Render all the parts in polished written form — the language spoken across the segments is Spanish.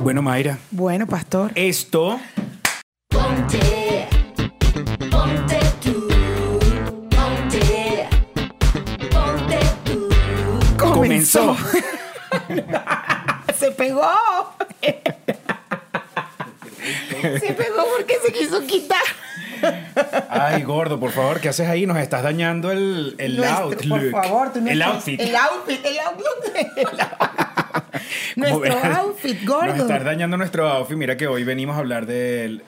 Bueno, Mayra. Bueno, pastor. Esto... Ponte tú, ponte tú. Comenzó. Se pegó. Se pegó porque se quiso quitar. Ay, gordo, por favor, ¿qué haces ahí? Nos estás dañando el outlook. Por favor, tú no el estás- outfit. El outfit. Nuestro outfit, gordo. Nos estás dañando nuestro outfit. Mira que hoy venimos a hablar del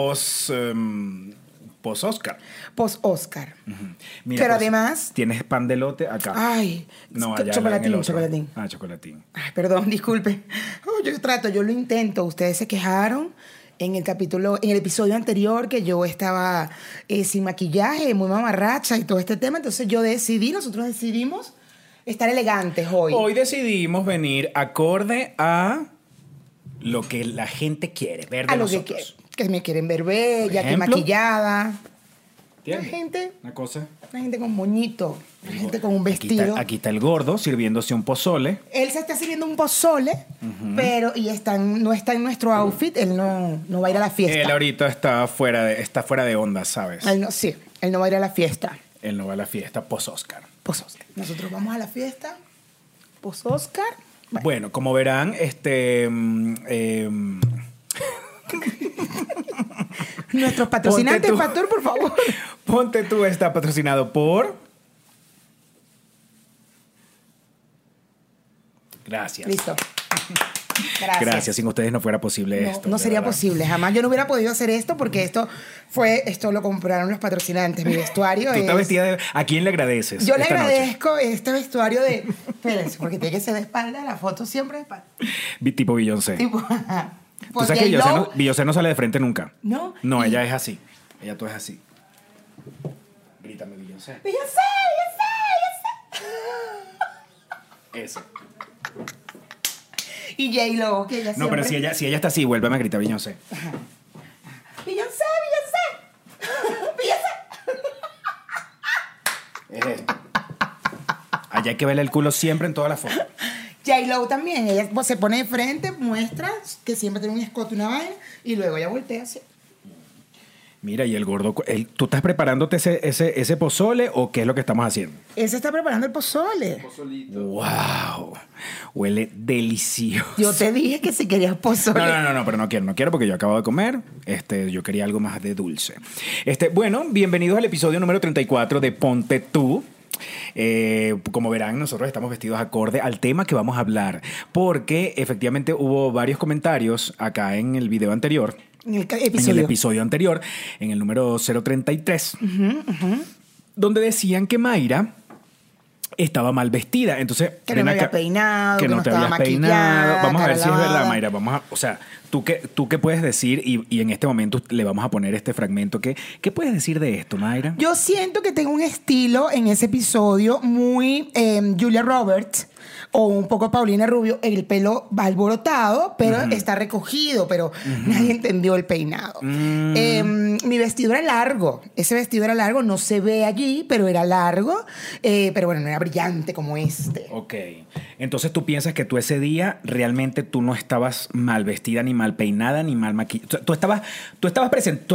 post-Oscar. Post-Oscar. Mira, Pero pues, además... tienes pan de lote acá. Ay, No, allá en el chocolatín, otro. chocolatín. Ah, chocolatín. Ay, perdón, disculpe. Oh, yo lo intento. Ustedes se quejaron en el episodio anterior que yo estaba sin maquillaje, muy mamarracha y todo este tema. Entonces nosotros decidimos estar elegantes hoy. Hoy decidimos venir acorde a lo que la gente quiere ver de A lo que, nosotros. que me quieren ver bella, que ejemplo, maquillada. La ¿Entiendes? gente, Una cosa. la gente con moñito, la gente con un vestido. Aquí está el gordo sirviéndose un pozole. Él se está sirviendo un pozole, pero no está en nuestro outfit. Él no va a ir a la fiesta. Él ahorita está fuera de onda, ¿sabes? Él no va a ir a la fiesta. Él no va a la fiesta post-Oscar. Post-Oscar. Nosotros vamos a la fiesta post-Oscar. Bueno, como verán, Nuestros patrocinantes, Ponte tú. pastor, por favor. Ponte tú está patrocinado por... Gracias. Listo. Gracias. Sin ustedes no fuera posible esto. No de sería verdad. posible. Jamás yo no hubiera podido hacer esto porque esto lo compraron los patrocinantes. Mi vestuario Tú estás es... vestida de... ¿A quién le agradeces? Yo le esta noche? agradezco este vestuario de... Espérense, porque tiene que ser de espalda, la foto siempre de espalda. Tipo Beyoncé. Tipo... Tú sabes que Beyoncé no sale de frente nunca. ¿No? No, Y- ella es así. Ella tú es así. Grítame, Beyoncé. Beyoncé. Eso. Y J-Lo, que ella No, siempre... pero si ella está así, vuélveme a gritar Beyoncé. Beyoncé. Es esto. Allá hay que verle el culo siempre en todas las fotos. J-Lo también, ella pues, se pone de frente, muestra que siempre tiene un escote y una vaina, y luego ella voltea así. Mira, y el gordo, ¿tú estás preparándote ese pozole o qué es lo que estamos haciendo? Él se está preparando el pozole. ¡Wow! Huele delicioso. Yo te dije que si querías pozole. No, pero no quiero porque yo acabo de comer. Yo quería algo más de dulce. Bueno, bienvenidos al episodio número 34 de Ponte Tú. Como verán, nosotros estamos vestidos acorde al tema que vamos a hablar, porque efectivamente hubo varios comentarios acá en el video anterior, En el en el episodio anterior, en el número 033, donde decían que Mayra estaba mal vestida. Entonces, Que no ven me había acá, peinado, que no te estaba habías maquillada, Vamos a ver cara si es verdad, lavada. Mayra. ¿Tú qué puedes decir? Y en este momento le vamos a poner este fragmento. ¿Qué puedes decir de esto, Mayra? Yo siento que tengo un estilo en ese episodio muy Julia Roberts o un poco Paulina Rubio. El pelo va alborotado, pero está recogido, pero nadie entendió el peinado. Mi vestido era largo. Ese vestido era largo, no se ve allí, pero era largo. Pero bueno, no era brillante como este. Ok. Entonces tú piensas que tú ese día realmente tú no estabas mal vestida, ni mal peinada, ni mal maquillada. Tú estabas presente.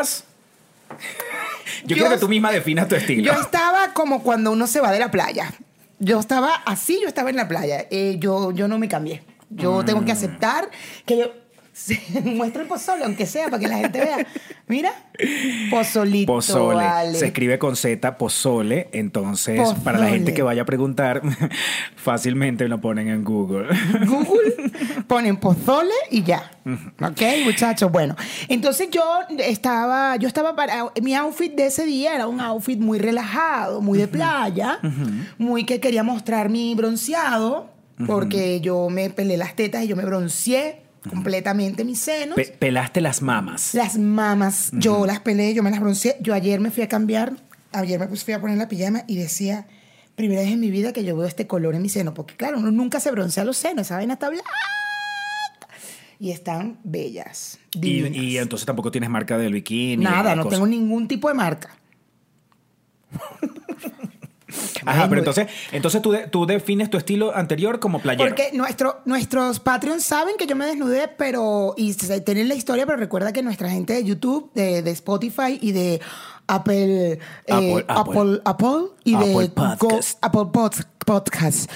Yo quiero que tú misma definas tu estilo. Yo estaba como cuando uno se va de la playa. Yo estaba así, yo estaba en la playa. Yo no me cambié. Yo tengo que aceptar que yo muestro el pozole, aunque sea, para que la gente vea. Mira, pozolito. Pozole. Vale. Se escribe con Z, pozole. Entonces, Pozole. para la gente que vaya a preguntar, fácilmente lo ponen en Google. Google, ponen pozole y ya. ¿Ok, muchachos? Bueno, entonces yo estaba para... Mi outfit de ese día era un outfit muy relajado, muy de playa, muy que quería mostrar mi bronceado, porque yo me pelé las tetas y yo me bronceé completamente mis senos. Pelaste las mamas. Las mamas, yo las pelé, yo me las bronceé. Yo ayer me fui a cambiar, fui a poner la pijama y decía, primera vez en mi vida que yo veo este color en mi seno, porque claro, uno nunca se broncea los senos, esa vaina está blanca. Y están bellas, divinas. Y entonces tampoco tienes marca del bikini. Nada, ni no cosa. tengo ningún tipo de marca. Ajá, pero desnudé. entonces tú defines tu estilo anterior como playero. Porque nuestros Patreons saben que yo me desnudé, pero. Y tienen la historia, pero recuerda que nuestra gente de YouTube, de Spotify y de Apple. Apple y de Apple Podcast. Podcast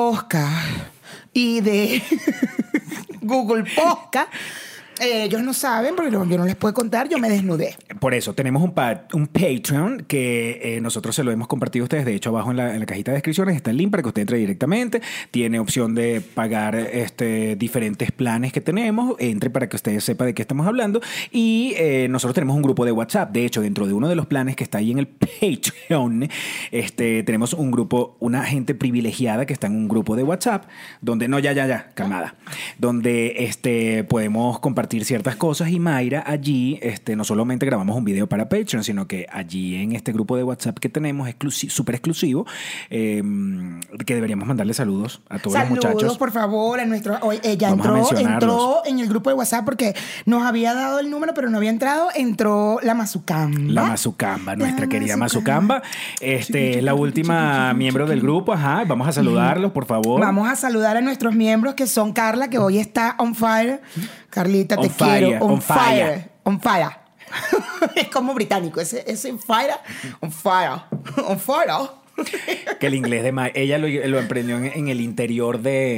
y de Google Podcast. Ellos no saben, porque yo no les puedo contar, yo me desnudé. Por eso, tenemos un Patreon que nosotros se lo hemos compartido a ustedes. De hecho, abajo en la cajita de descripciones está el link para que usted entre directamente. Tiene opción de pagar diferentes planes que tenemos. Entre para que usted sepa de qué estamos hablando. Y nosotros tenemos un grupo de WhatsApp. De hecho, dentro de uno de los planes que está ahí en el Patreon, tenemos un grupo, una gente privilegiada que está en un grupo de WhatsApp, donde, calmada, donde podemos compartir ciertas cosas, y Mayra allí no solamente grabamos un video para Patreon, sino que allí en este grupo de WhatsApp que tenemos súper exclusivo, que deberíamos mandarle saludos a todos los muchachos. Saludos, por favor, a nuestro. Ella Vamos a mencionarlos. entró en el grupo de WhatsApp porque nos había dado el número, pero no había entrado. Entró la Mazucamba. La Mazucamba, nuestra querida Mazucamba. Es la chiqui, última chiqui, miembro del grupo. Ajá, vamos a saludarlos, por favor. Vamos a saludar a nuestros miembros, que son Carla, que hoy está on fire. Carlita, te On fire, quiero. on fire. On fire. Es como británico, ese fire. On fire. On fire. Que el inglés de ella lo aprendió en el interior ¿de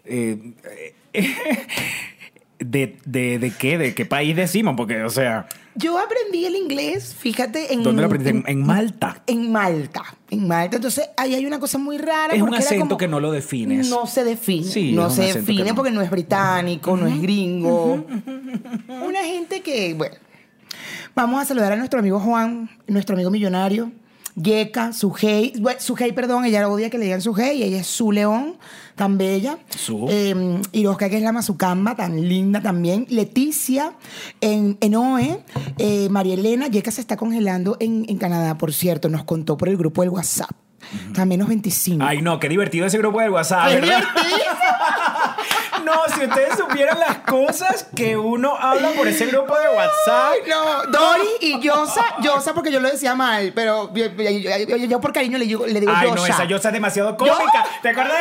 qué? ¿De qué país decimos? Porque, o sea... Yo aprendí el inglés, fíjate, en... ¿Dónde lo aprendiste? En Malta. En Malta. Entonces, ahí hay una cosa muy rara. Es un porque era acento como- que no lo defines. No se define. Sí, no es un se acento define que no. porque no es británico, no es gringo. Una gente que, bueno. Vamos a saludar a nuestro amigo Juan, nuestro amigo millonario. Yeka, Sujei, perdón, ella odia que le digan Sujei, ella es Su León, tan bella. Iroska, que es la Mazucamba, tan linda también. Leticia, Enoe, María Elena. Yeka se está congelando en Canadá, por cierto, nos contó por el grupo del WhatsApp. Está a menos 25. Ay, no, qué divertido ese grupo del WhatsApp, ¡Qué ¿verdad? divertido! No, si ustedes supieran las cosas que uno habla por ese grupo de WhatsApp. Ay, no, Dori y Yosa porque yo lo decía mal, pero yo por cariño le digo Ay, Yosha. no, esa Yosa es demasiado cómica. ¿Te acuerdas?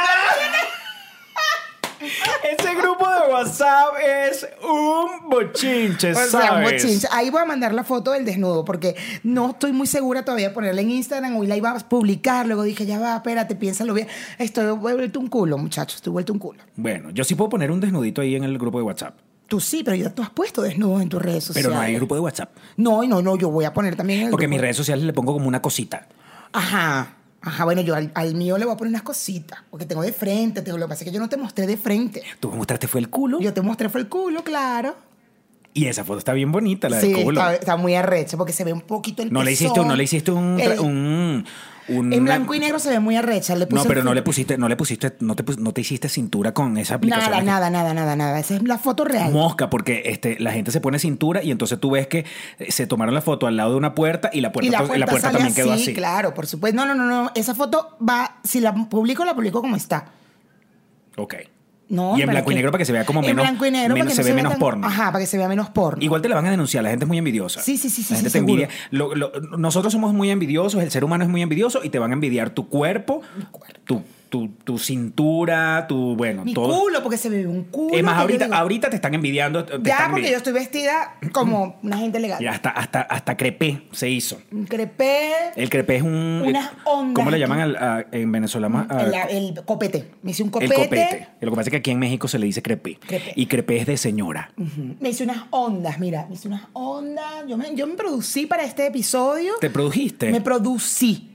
Ese grupo de WhatsApp es un bochinche, O sea, un ¿sabes? bochinche. Ahí voy a mandar la foto del desnudo porque no estoy muy segura todavía de ponerla en Instagram. Hoy la iba a publicar, luego dije, ya va, espérate, piénsalo bien. Estoy vuelto un culo, muchachos, estoy vuelto un culo. Bueno, yo sí puedo poner un desnudito ahí en el grupo de WhatsApp. Tú sí, pero ya tú has puesto desnudos en tus redes sociales. Pero no hay grupo de WhatsApp. No, yo voy a poner también en el Porque en grupo. mis redes sociales le pongo como una cosita. Ajá, bueno, yo al mío le voy a poner unas cositas, porque tengo de frente, lo que pasa es que yo no te mostré de frente. Tú me mostraste fue el culo. Yo te mostré fue el culo, claro. Y esa foto está bien bonita, la Sí, del culo. está muy arrecho, porque se ve un poquito el No le hiciste, pezón. no le hiciste En blanco y negro se ve muy arrecha. Le puse No, pero el- no te hiciste cintura con esa aplicación. Nada. Esa es la foto real. Mosca, porque la gente se pone cintura y entonces tú ves que se tomaron la foto al lado de una puerta y la puerta, Y la puerta sale también quedó así. Claro, por supuesto. No. Esa foto va, si la publico como está. Ok. No, Y en ¿para blanco y qué? negro para que se vea como en menos, blanco y negro menos para que se no ve vea menos tan- porno. Ajá, para que se vea menos porno. Igual te la van a denunciar, la gente es muy envidiosa. Sí, La gente te seguro. envidia. Nosotros somos muy envidiosos, el ser humano es muy envidioso y te van a envidiar tu cuerpo, tu cintura, Mi todo. culo, porque se ve un culo. Es más, que yo digo, ahorita te están envidiando. ya, porque yo estoy vestida como una gente legal. Ya hasta crepé se hizo. Un crepé. El crepé es un... Unas ondas. ¿Cómo le llaman en Venezuela? El copete. Me hice un El copete. copete. Lo que pasa es que aquí en México se le dice crepé. Crepé. Y crepé es de señora. Me hice unas ondas, mira. Me hice unas ondas. Yo me producí para este episodio. ¿Te produjiste? Me producí.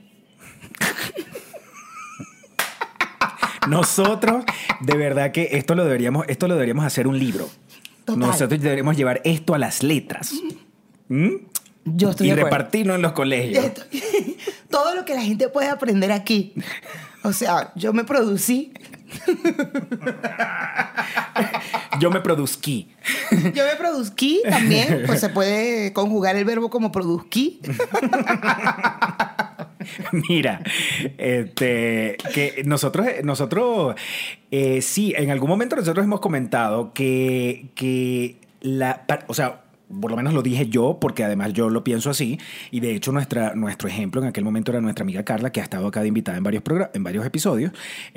Nosotros, de verdad que esto lo deberíamos hacer un libro. Total. Nosotros deberíamos llevar esto a las letras. ¿Mm? Yo estoy Y de acuerdo. repartirlo en los colegios. Todo lo que la gente puede aprender aquí. O sea, yo me producí. Yo me produzquí. Yo me produzquí también. Pues se puede conjugar el verbo como produzquí. Mira, que nosotros sí, en algún momento nosotros hemos comentado que o sea, por lo menos lo dije yo, porque además yo lo pienso así, y de hecho nuestro ejemplo en aquel momento era nuestra amiga Carla, que ha estado acá de invitada en varios episodios.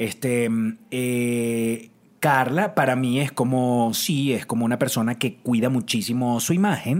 Carla para mí es como una persona que cuida muchísimo su imagen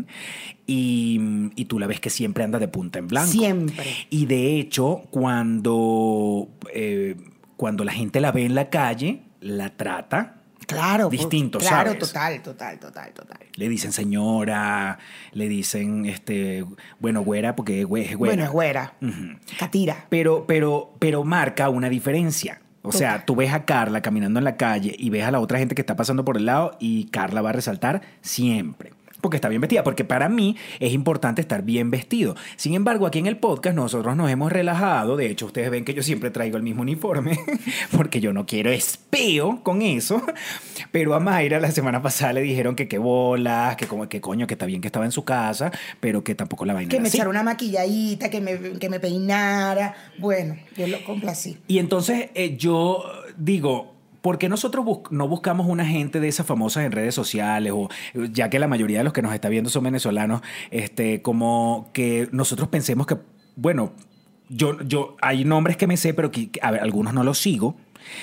y tú la ves que siempre anda de punta en blanco. Siempre. Y de hecho, cuando la gente la ve en la calle, la trata Claro. distinto, claro, ¿sabes? total. Le dicen señora, le dicen, bueno, güera, porque es güera. Bueno, es güera. Ujú. Catira. Pero marca una diferencia. O sea, Total. tú ves a Carla caminando en la calle y ves a la otra gente que está pasando por el lado y Carla va a resaltar siempre. Porque está bien vestida, porque para mí es importante estar bien vestido. Sin embargo, aquí en el podcast nosotros nos hemos relajado. De hecho, ustedes ven que yo siempre traigo el mismo uniforme porque yo no quiero espeo con eso. Pero a Mayra la semana pasada le dijeron que qué bolas, que como que coño, que está bien que estaba en su casa, pero que tampoco la vaina Que era me así. echara una maquilladita, que me peinara. Bueno, yo lo complací. Y entonces yo digo, ¿por qué nosotros no buscamos una gente de esas famosas en redes sociales? O ya que la mayoría de los que nos está viendo son venezolanos, como que nosotros pensemos que, bueno, yo hay nombres que me sé, pero que a ver, algunos no los sigo.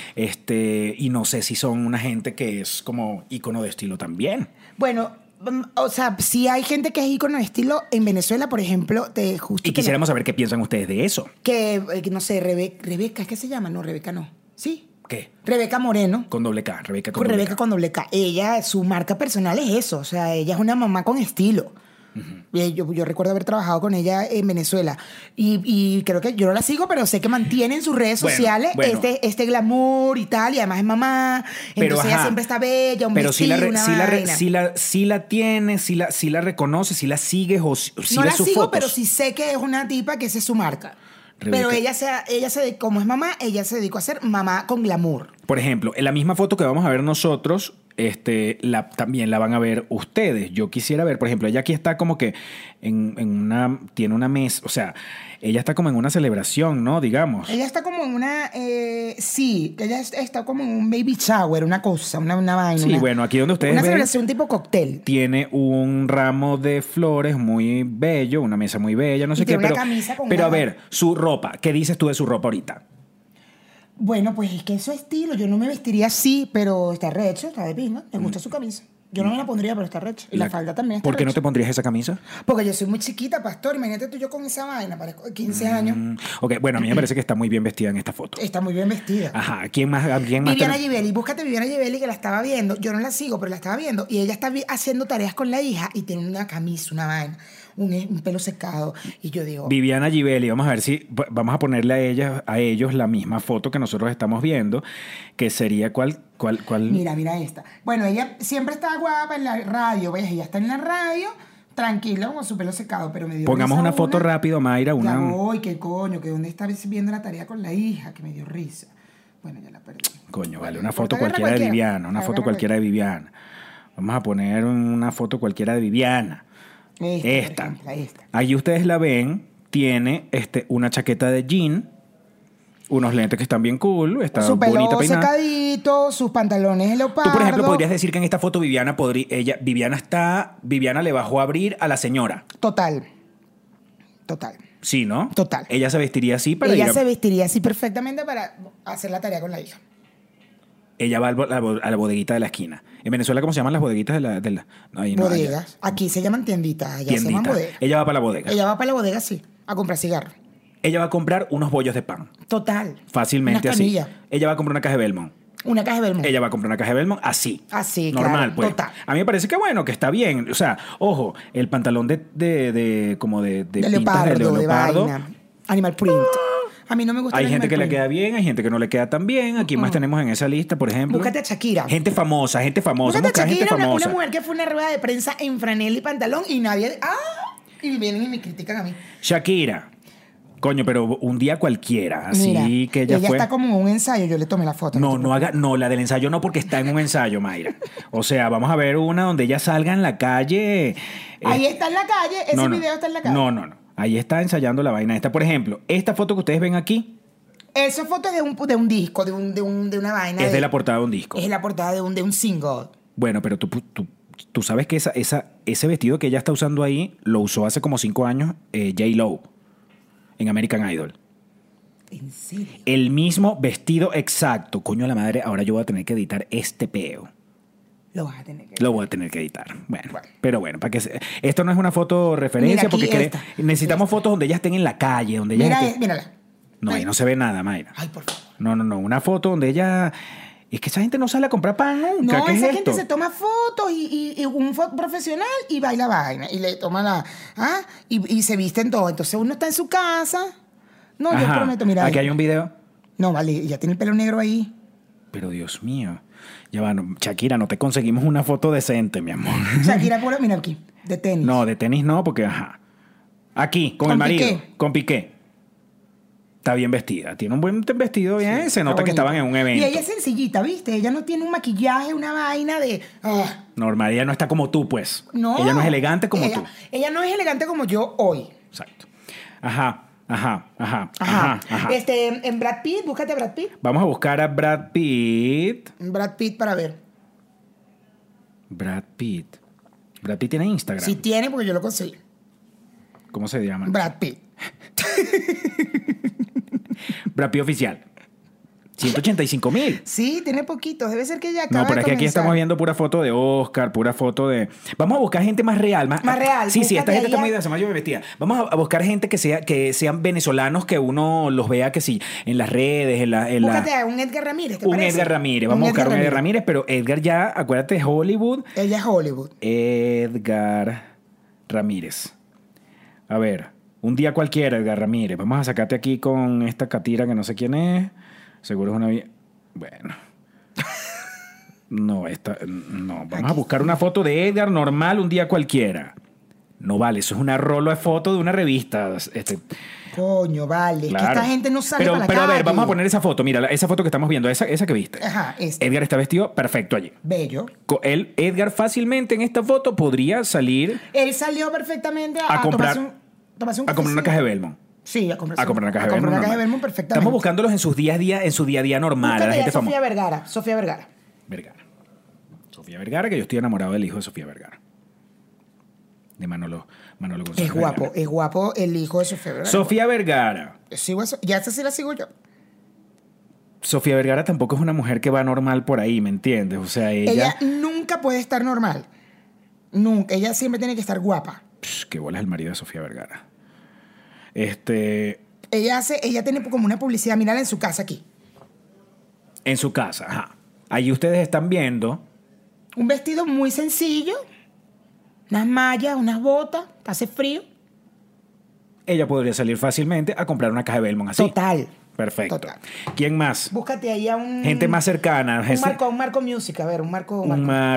Y no sé si son una gente que es como ícono de estilo también. Bueno, o sea, si hay gente que es ícono de estilo en Venezuela, por ejemplo, justo Y quisiéramos saber qué piensan ustedes de eso. que no sé, Rebeca, ¿es que se llama? No, Rebeca no. ¿Sí? ¿Qué? Rebeca Moreno. Con doble K, Rebeca con Con doble Rebeca K. con doble K. Ella, su marca personal es eso. O sea, ella es una mamá con estilo. Yo recuerdo haber trabajado con ella en Venezuela. Y creo que yo no la sigo, pero sé que mantiene en sus redes Bueno, sociales bueno. este glamour y tal. Y además es mamá. Pero, Entonces ella ajá. siempre está bella, un Pero vestido, una vaina. sí la tiene, sí la reconoce, sí la sigues o sí No ves la sus sigo, fotos. pero sí sé que es una tipa que esa es su marca. Rebeca. Pero ella como es mamá, ella se dedicó a ser mamá con glamour. Por ejemplo, en la misma foto que vamos a ver nosotros, también la van a ver ustedes. Yo quisiera ver, por ejemplo, ella aquí está como que tiene una mesa, o sea, ella está como en una celebración, ¿no? Digamos. Ella está como en una, ella está como en un baby shower, una cosa, una vaina. Sí, bueno, aquí donde ustedes una ven, celebración tipo cóctel. tiene un ramo de flores muy bello, una mesa muy bella, no sé Y qué. tiene una Pero, camisa con pero a una- ver, su ropa, ¿qué dices tú de su ropa ahorita? Bueno, pues es que eso es estilo. Yo no me vestiría así, pero está recho, está de pinga. Me gusta su camisa. Yo no me la pondría, pero está recho. Y la falda también está ¿Por qué no recha. te pondrías esa camisa? Porque yo soy muy chiquita, pastor. Imagínate tú y yo con esa vaina, parezco de 15 años. Ok, bueno, a mí me parece que está muy bien vestida en esta foto. Está muy bien vestida. Ajá, ¿quién más? Viviana ten- Givelli, búscate Viviana Givelli, que la estaba viendo. Yo no la sigo, pero la estaba viendo. Y ella está haciendo tareas con la hija y tiene una camisa, una vaina, un pelo secado. Y yo digo, Viviana Givelli, vamos a ver si vamos a ponerle a ellos la misma foto que nosotros estamos viendo, que sería cuál. mira esta. Bueno, ella siempre está guapa en la radio, ¿ves? Ella está en la radio, tranquila, con su pelo secado, pero me dio Pongamos risa una foto rápido, Mayra, Ya una. voy, qué coño, que dónde está viendo la tarea con la hija, que me dio risa. Bueno, ya la perdí. Coño, vale, Bueno, una foto agarra cualquiera de Viviana, una agarra foto cualquiera de Viviana. Vamos a poner una foto cualquiera de Viviana. Esta. Esta. por ejemplo, esta. Ahí ustedes la ven, tiene una chaqueta de jean, unos lentes que están bien cool, está Su pelo bonita peinada. secadito, sus pantalones de leopardo. Tú, por ejemplo, podrías decir que en esta foto Viviana le bajó a abrir a la señora. Total. Sí, ¿no? Total. Ella se vestiría así para Ella ir a- se vestiría así perfectamente para hacer la tarea con la hija. Ella va a la bodeguita de la esquina. En Venezuela, ¿cómo se llaman las bodeguitas de la... Ahí no, Bodegas. Aquí se llaman tienditas, allá se llaman tiendita. bodegas. Ella va para la bodega. Ella va para la bodega, sí, a comprar cigarros. Ella va a comprar unos bollos de pan. Total. Fácilmente Unas así. canillas. Ella va a comprar una caja de Belmont. Una caja de Belmont. Ella va a comprar una caja de Belmont así. Así, normal, claro, pues. total. A mí me parece que bueno, que está bien. O sea, ojo, el pantalón de como de de pintas leopardo, de leopardo. vaina. Animal print. A mí no me gusta Hay el gente animal que le print. queda bien, hay gente que no le queda tan bien. ¿A quién más tenemos en esa lista, por ejemplo? Búscate a Shakira. Gente famosa. Búscate a Busca gente Shakira, una famosa. mujer que fue una rueda de prensa en franela y pantalón y nadie... ¡Ah! Y vienen y me critican a mí. Shakira. Coño, pero un día cualquiera. Así Mira, que ella fue... está como en un ensayo, yo le tomé la foto. No, la del ensayo no, porque está en un ensayo, Mayra. O sea, vamos a ver una donde ella salga en la calle. Ahí está en la calle, ese video está en la calle. No. Ahí está ensayando la vaina esta. Por ejemplo, esta foto que ustedes ven aquí Esa foto es de un disco, de una vaina. es de la portada de un disco. Es la portada de un single. Bueno, pero tú tú sabes que ese vestido que ella está usando ahí lo usó hace como 5 años J-Lo en American Idol. ¿En serio? El mismo vestido exacto. Coño, la madre, ahora yo voy a tener que editar este peo. Lo vas a tener que... Lo voy a tener que editar. Bueno, Bueno. pero bueno, para que esto no es una foto referencia Mira, aquí porque esta. necesitamos fotos donde ellas estén en la calle, donde ellas Mira, estén... mírala. No, ahí no se ve nada, Mayra. Ay, por favor. No, una foto donde ella... Es que esa gente no sale a comprar pan nunca. No, ¿Qué esa es gente esto? se toma fotos y un foto profesional y baila vaina. Y le toma la... ¿Ah? Y se visten todo. Entonces uno está en su casa. No, yo Ajá. prometo, mira. Aquí ahí. hay un video. No, vale, ya tiene el pelo negro ahí. Pero Dios mío. Ya va, no, Shakira, no te conseguimos una foto decente, mi amor. Shakira, mira aquí, de tenis. No, de tenis no, porque ajá. Aquí, con el marido. Piqué. Con Piqué. Está bien vestida. Tiene un buen vestido bien. Se nota que Está estaban en un bonita. evento. Y ella es sencillita, ¿viste? Ella no tiene un maquillaje, una vaina de... Normal, ella no está como tú, pues. no. Ella no es elegante como Ella- tú. Ella no es elegante como yo hoy. Exacto. Ajá. En Brad Pitt, búscate a Brad Pitt. Vamos a buscar a Brad Pitt. Brad Pitt para ver. Brad Pitt. Brad Pitt tiene Instagram. Si tiene, porque yo lo conseguí. ¿Cómo se llama? Brad Pitt. Brad Pitt oficial. 185,000. Sí, tiene poquito. Debe ser que ella acaba No, pero de es que aquí comenzar. estamos viendo pura foto de Oscar, pura foto de... Vamos a buscar gente más real. Más real. Sí, esta Búscate gente está ahí muy a- de más yo me vestía. Vamos a buscar gente que sean venezolanos, que uno los vea que sí, en las redes, en la... Búscate a un Edgar Ramírez, ¿te Un parece? Edgar Ramírez. Vamos a buscar un Edgar Ramírez, pero Edgar ya, acuérdate, es Hollywood. Ella es Hollywood. Edgar Ramírez. A ver, un día cualquiera, Edgar Ramírez. Vamos a sacarte aquí con esta catira que no sé quién es. Seguro es una... Bueno. No, vamos a buscar una foto de Edgar normal un día cualquiera. No vale, eso es una rolo de foto de una revista. Coño, vale. Claro. Es que esta gente no sale pero, para la pero a ver, calle. vamos a poner esa foto. Mira, esa foto que estamos viendo, esa que viste. Ajá, esta. Edgar está vestido perfecto allí. Bello. Edgar fácilmente en esta foto podría salir Él salió perfectamente A comprar- tomarse un a comprar una cafecito. caja de Belmont. Sí, a comprar A comprar una caja de a comprar Belmont. una caja de normal. Belmont perfectamente. Estamos buscándolos en sus día a día normal. A Búscate la a gente Sofía famosa. Vergara. Sofía Vergara. Sofía Vergara, que yo estoy enamorado del hijo de Sofía Vergara. De Manolo González. Es guapo, Vergara. es guapo el hijo de Sofía Vergara. Sofía Vergara. Sigo eso. Ya esta sí la sigo yo. Sofía Vergara tampoco es una mujer que va normal por ahí, ¿me entiendes? O sea, Ella nunca puede estar normal. Nunca. Ella siempre tiene que estar guapa. Qué bola es el marido de Sofía Vergara. Ella tiene como una publicidad. Mírala en su casa aquí. En su casa, ajá. Allí ustedes están viendo. Un vestido muy sencillo. Unas mallas, unas botas. Hace frío. Ella podría salir fácilmente a comprar una caja de Belmont así. Total. Perfecto. Total. ¿Quién más? Búscate ahí a un... Gente más cercana. Un Marco Music. A ver, un Marco...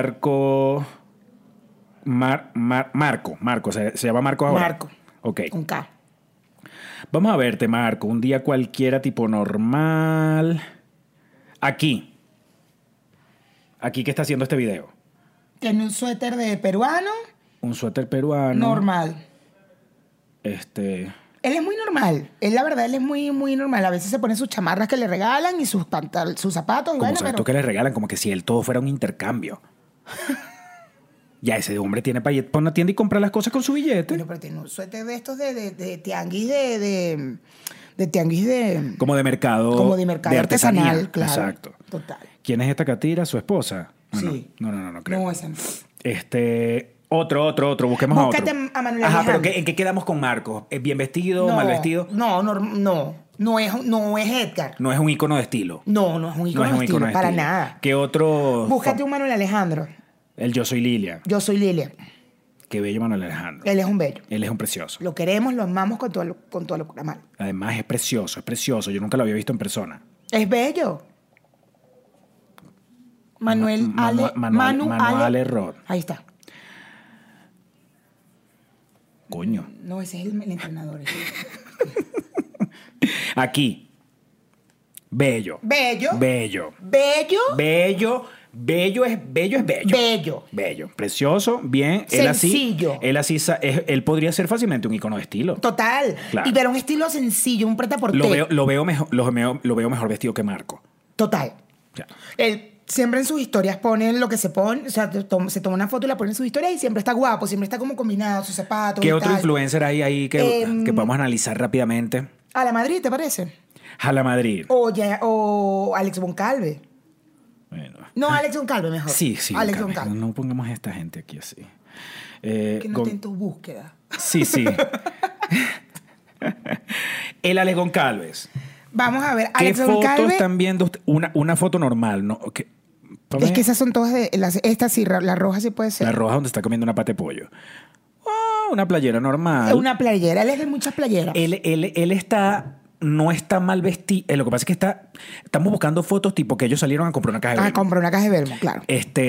Marco. ¿Se llama Marco ahora? Marco. Ok. Un K. Vamos a verte, Marco. Un día cualquiera, tipo normal. Aquí. Aquí que está haciendo este video. Tiene un suéter de peruano. Un suéter peruano. Normal. Este. Él es muy normal. Él, la verdad, él es muy, muy normal. A veces se pone sus chamarras que le regalan y sus zapatos. Y Como vaina, sabes pero... tú que le regalan, como que si él todo fuera un intercambio. Ya ese hombre tiene para ir a una tienda y comprar las cosas con su billete. Bueno, pero tiene un suéter de estos de tianguis de tianguis de... Como de mercado. Como de mercado artesanía. artesanal, claro. Exacto. Total. ¿Quién es esta catira? ¿Su esposa? Ah, Sí. No creo. No, esa no. Otro. Busquemos Búscate a otro. a Manuel Ajá, pero Alejandro. ¿en qué quedamos con Marcos? ¿Es bien vestido? No, ¿Mal vestido? No es Edgar. No es un ícono de estilo. No es un No ícono es un de ícono estilo, de para estilo. nada. ¿Qué otro? Búscate un Manuel Alejandro. El Yo Soy Lilia. Yo soy Lilia. Qué bello Manuel Alejandro. Él es un bello. Él es un precioso. Lo queremos, lo amamos con toda locura mal. Además es precioso. Yo nunca lo había visto en persona. Es bello. Manuel Manu Ale Rod. Ahí está. Coño. No, ese es el entrenador. Aquí. Bello. Bello. Bello. Bello. Bello es bello. Bello. Bello. Precioso. Bien. Sencillo. Él podría ser fácilmente un icono de estilo. Total. Claro. Y pero un estilo sencillo, un preta por Lo veo mejor vestido que Marco. Total. Ya. Él siempre en sus historias ponen lo que se pone, o sea, se toma una foto y la pone en sus historias y siempre está guapo, siempre está como combinado, sus zapatos. ¿Qué y otro tal. influencer hay ahí que podamos analizar rápidamente? A la Madrid, ¿te parece? Jala Madrid. O Alex Goncalves. Bueno. No, Alex Goncalves mejor. Sí, Alex Goncalves. Goncalves. No pongamos a esta gente aquí así. Que no esté en tu búsqueda. Sí, sí. El Alex Goncalves. Vamos a ver, ¿Qué Alex foto Goncalves. están viendo? Una foto normal, ¿no? Es que esas son todas de. Esta sí, la roja sí puede ser. La roja donde está comiendo una pata de pollo. Una playera normal. Una playera. Él es de muchas playeras. Él está... No está mal vestido. Lo que pasa es que estamos buscando fotos tipo que ellos salieron a comprar una caja de Belmo. Compró una caja de Belmo, claro.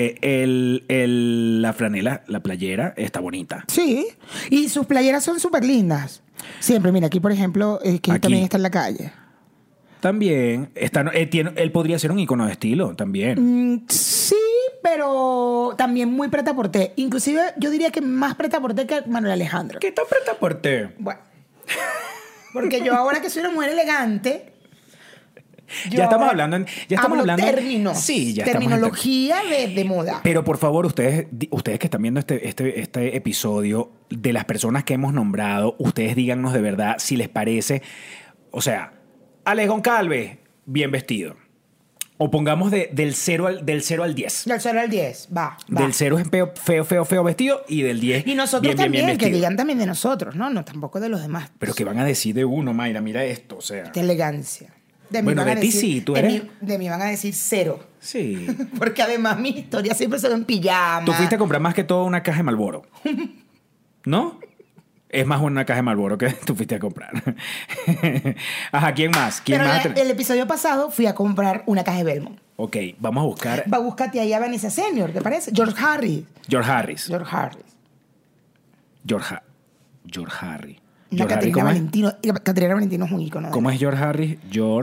La franela, la playera, está bonita. Sí. Y sus playeras son súper lindas. Siempre, mira, aquí por ejemplo, que Aquí. también está en la calle. También, él podría ser un icono de estilo, también. Sí, pero también muy preta-porté. Inclusive yo diría que más preta-porté que Manuel Alejandro. ¿Qué tan preta-porté? Bueno. Porque yo ahora que soy una mujer elegante... Ya estamos hablando... Términos. Sí, ya terminología de moda. Pero por favor, ustedes que están viendo este episodio, de las personas que hemos nombrado, ustedes díganos de verdad si les parece... O sea, Alex Goncalves, bien vestido. O pongamos del 0 al 10. Del 0 al 10, va. Del 0 es feo vestido y del 10 Y nosotros bien también, que vestido. digan también de nosotros, ¿no? No, tampoco de los demás. Pero que van a decir de uno, Mayra, mira esto, o sea... Qué elegancia. De mí Bueno, van a de ti decir- sí, tú de eres- de mí van a decir 0. Sí. Porque además mi historia siempre se ve en pijama. Tú fuiste a comprar más que todo una caja de Marlboro. ¿No? Es más una caja de Marlboro que tú fuiste a comprar. Ajá, ¿quién más? ¿Quién Pero más? el episodio pasado fui a comprar una caja de Belmont. Ok, vamos a buscar Búscate ahí a Vanessa Senior, ¿te parece? George Harris. George Harris. George Harris. George Harris. Una George Harris, Caterina ¿cómo es? Valentino. Caterina Valentino es un ícono. de ¿Cómo es George Harris?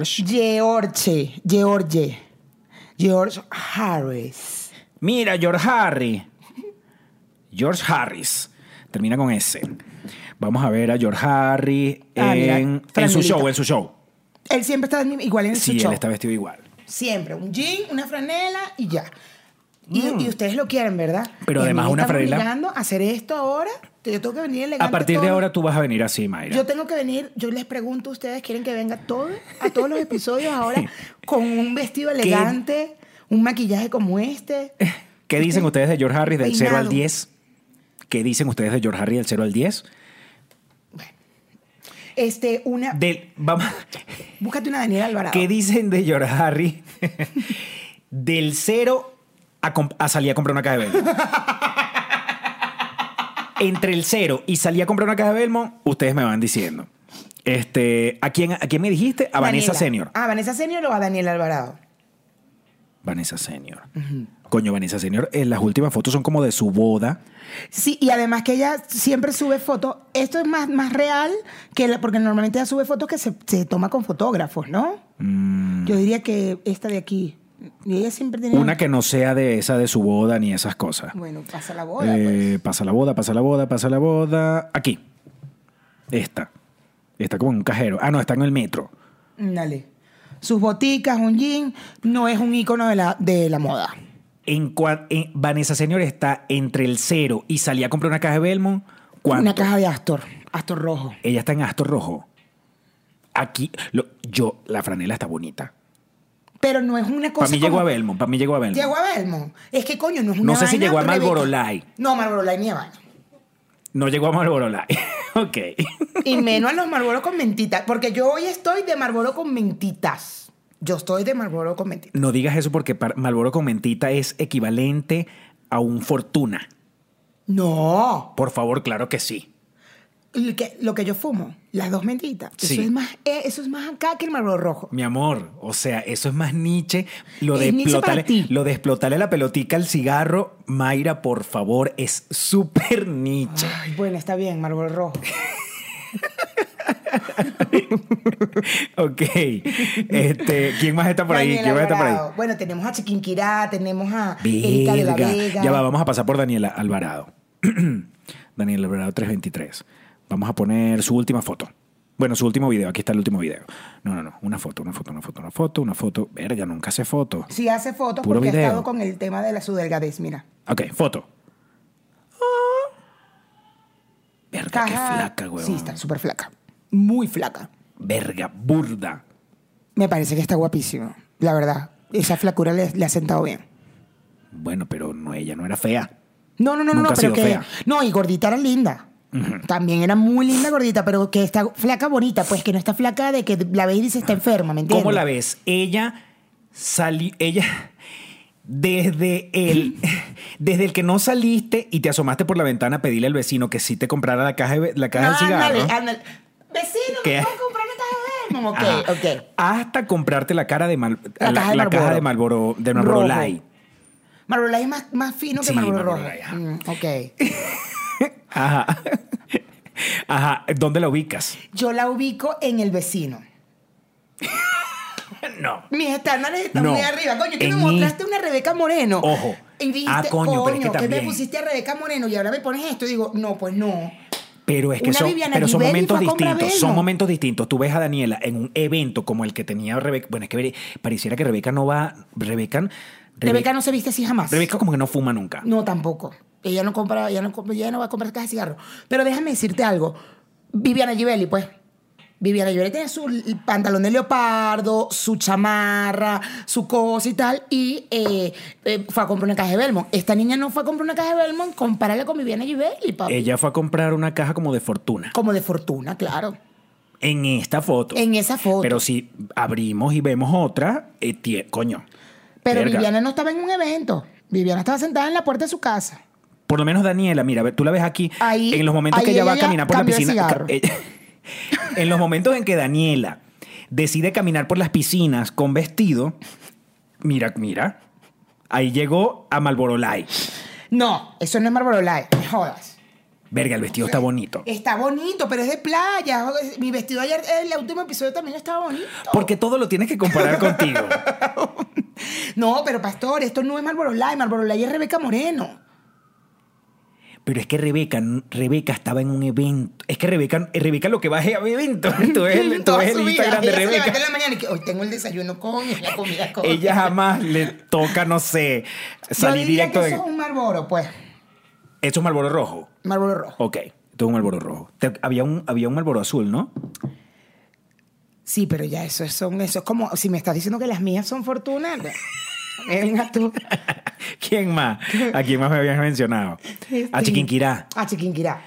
George Harris. Mira, George Harris. George Harris. Termina con S. Vamos a ver a George Harris Mira, en su franelita. show. Él siempre está igual en su Sí, show. él está vestido igual. Siempre. Un jean, una franela y ya. Y ustedes lo quieren, ¿verdad? Pero Y a mí además me una están franela- obligando a hacer esto ahora. Yo tengo que venir elegante. A partir de todo. ahora tú vas a venir así, Mayra. Yo tengo que venir, yo les pregunto a ustedes, ¿quieren que venga a todos los episodios ahora con un vestido elegante, un maquillaje como este? ¿Qué dicen ustedes de George Harris del 0 al Peinado. 10? ¿Qué dicen ustedes de George Harris del 0 al 10? Vamos, Búscate una Daniela Alvarado. ¿qué dicen de George Harris del 0 a salir a comprar una caja de Belmont? Entre el 0 y salir a comprar una caja de Belmont, ustedes me van diciendo. ¿A quién me dijiste? A Vanessa Daniela. Senior. ¿A Vanessa Senior o a Daniela Alvarado? Vanessa Senior. Coño, Vanessa Senior, las últimas fotos son como de su boda. Sí, y además que ella siempre sube fotos. Esto es más real porque normalmente ella sube fotos que se toma con fotógrafos, ¿no? Yo diría que esta de aquí. Y ella siempre tiene... Una que no sea de esa de su boda ni esas cosas. Bueno, pasa la boda, pues. Pasa la boda. Aquí. Esta. Está como en un cajero. Ah, no, está en el metro. Dale. Sus boticas, un jean, no es un ícono de la moda. Vanessa Senior está entre el 0 y salía a comprar una caja de Belmont. ¿Cuánto? Una caja de Astor rojo. Ella está en Astor Rojo. Aquí, la franela está bonita. Pero no es una cosa Para mí llegó a Belmont. Llegó a Belmont. Es que coño, no es una No sé si vaina llegó a Rebeca. Marlboro Light. No, Marlboro Light ni a vaina. No llegó a Marlboro Light. Ok. Y menos a los Marlboro con mentitas. Porque yo hoy estoy de Marlboro con mentitas. Yo estoy de Marlboro con mentitas. No digas eso porque Marlboro con mentita es equivalente a un Fortuna. No. Por favor, claro que sí. Lo que yo fumo, las 2 mentitas. Sí. Eso es más acá que el Marlboro rojo. Mi amor, o sea, eso es más Nietzsche. Lo Es de Nietzsche para ti. explotarle la pelotica al cigarro, Mayra, por favor, es súper Nietzsche. Ay, bueno, está bien, Marlboro rojo. Ok. ¿Quién más está por ahí? Daniela ¿Quién más está por ahí? Alvarado. Bueno, tenemos a Chiquinquirá, tenemos a Erika de la Verga. Vega. Ya va, vamos a pasar por Daniela Alvarado. Daniela Alvarado 323. Vamos a poner su última foto. Bueno, su último video. Aquí está el último video. No. Una foto. Verga, nunca hace fotos. Sí hace fotos Puro porque video. ha estado con el tema de su delgadez, mira. Ok, foto. Verga, qué flaca, güey. Sí, está súper flaca. Muy flaca. Verga, burda. Me parece que está guapísimo, la verdad. Esa flacura le ha sentado bien. Bueno, pero no, ella no era fea. No, Nunca ha pero sido que... fea. No, y gordita era linda. También era muy linda gordita, pero que está flaca bonita, pues que no está flaca de que la ves y dice está enferma, ¿me entiendes? ¿Cómo la ves? Ella salió... Desde el que no saliste y te asomaste por la ventana a pedirle al vecino que sí te comprara la caja del cigarro. Ándale. Vecino, ¿Qué? ¿me puedo comprar una caja de Belmont? Ajá. Ok. Hasta comprarte la cara de La caja de Marlboro de Marlboro Rojo. Light. Marlboro Light es más fino que Sí, Marlboro Marlboro Rojo. Light, ajá. Ok. Ajá. Ajá. ¿Dónde la ubicas? Yo la ubico en El Vecino. No. Mis estándares están No. muy arriba. Coño, que me En mostraste una Rebeca Moreno. Ojo. Y dijiste, Coño, pero es que que me también. pusiste a Rebeca Moreno y ahora me pones esto. Y digo, no, pues no. Pero es que Una son, Viviana pero son Givelli momentos fue a comprar distintos. Son Belmont. momentos distintos. Tú ves a Daniela en un evento como el que tenía Rebeca. Bueno, es que pareciera que Rebeca no va. Rebeca No se viste así jamás. Rebeca como que no fuma nunca. No, tampoco. Ella no va a comprar caja de cigarro. Pero déjame decirte algo. Viviana Givelli, pues. Viviana Givelli tiene su pantalón de leopardo, su chamarra, su cosa y tal. Y fue a comprar una caja de Belmont. Esta niña no fue a comprar una caja de Belmont, compárala con Viviana Givelli, papi. Ella fue a comprar una caja como de fortuna. Como de fortuna, claro. En esta foto. En esa foto. Pero si abrimos y vemos otra, coño. Pero verga. Viviana no estaba en un evento. Viviana estaba sentada en la puerta de su casa. Por lo menos Daniela, mira, tú la ves aquí Ahí- en los momentos ahí que ella va a ella caminar por la cambió de piscina. cigarro. En los momentos en que Daniela decide caminar por las piscinas con vestido, mira, ahí llegó a Marlboro Light. No, eso no es Marlboro Light. Me jodas. Verga, el vestido está bonito. Está bonito, pero es de playa. Mi vestido ayer, el último episodio también estaba bonito. Porque todo lo tienes que comparar contigo. No, pero pastor, esto no es Marlboro Light. Marlboro Light es Rebeca Moreno. Pero es que Rebeca estaba en un evento. Es que Rebeca lo que va es a eventos. Tú ves el Toda su vida. Instagram de Ella se Rebeca. levanta en la mañana y que hoy tengo el desayuno con la comida con. Ella jamás le toca, no sé, salir Yo diría directo que de... eso es un Marlboro, pues. Esto es Marlboro rojo. Marlboro rojo. Ok, esto es un Marlboro rojo. Había un Marlboro azul, ¿no? Sí, pero ya eso es como si me estás diciendo que las mías son fortunas. Venga tú. ¿Quién más? ¿A quién más me habías mencionado? A Chiquinquirá. A Chiquinquirá.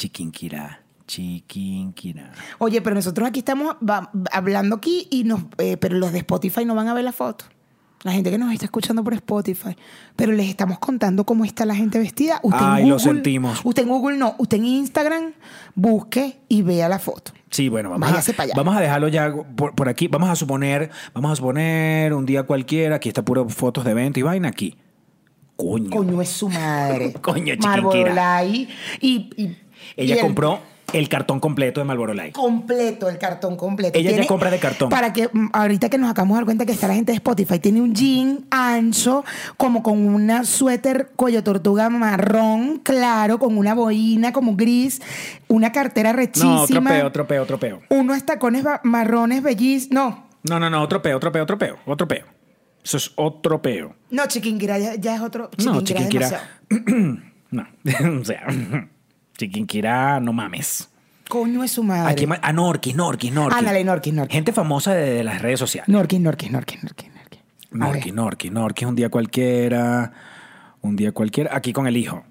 Chiquinquirá. Oye, pero nosotros aquí estamos hablando aquí pero los de Spotify no van a ver la foto. La gente que nos está escuchando por Spotify. Pero les estamos contando cómo está la gente vestida. Usted Ay, en lo Google, sentimos. Usted en Google no. Usted en Instagram busque y vea la foto. Sí, bueno, Váyase para allá. vamos a dejarlo ya por aquí. Vamos a suponer un día cualquiera. Aquí está puro fotos de evento y vaina aquí. Coño es su madre. Coño, Marlboro Chiquinquirá. Light. Ella y el compró el cartón completo de Marlboro Light. completo, el cartón completo. Ella ya compra de cartón. Para que ahorita que nos acabamos de dar cuenta que está la gente de Spotify, tiene un jean ancho, como con una suéter cuello tortuga marrón, claro, con una boina como gris, una cartera No, rechísima. otro peo. Unos tacones marrones bellísimos. No, otro peo. Eso es otro peo. No, Chiquinquirá ya es otro. No, Chiquinquirá es demasiado. No, o sea, Chiquinquirá, no mames. Coño es su madre. Aquí, Norquis. Ándale, Norquis. Gente famosa de las redes sociales. Norquis. A ver. Norquis, un día cualquiera. Aquí con el hijo.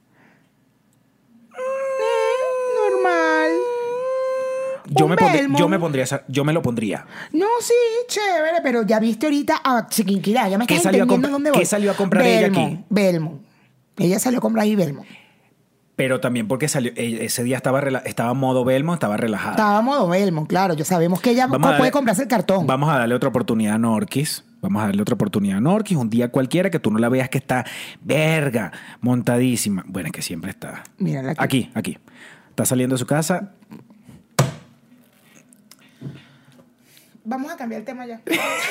Normal. Yo Un me, yo me lo pondría. No, sí, chévere, pero ya viste ahorita a Chiquinquirá. Ya me ¿Qué estás salió a entendiendo comprar- dónde qué voy. salió a comprar ella aquí? Belmont. Ella salió a comprar ahí Belmont. Pero también porque ese día estaba modo Belmont, estaba relajada. Estaba a modo Belmont, claro. Ya sabemos que ella Vamos a puede darle- comprarse el cartón. Vamos a darle otra oportunidad a Norquis. Un día cualquiera que tú no la veas que está verga, montadísima. Bueno, es que siempre está. Mírala Aquí. Está saliendo de su casa. Vamos a cambiar el tema ya.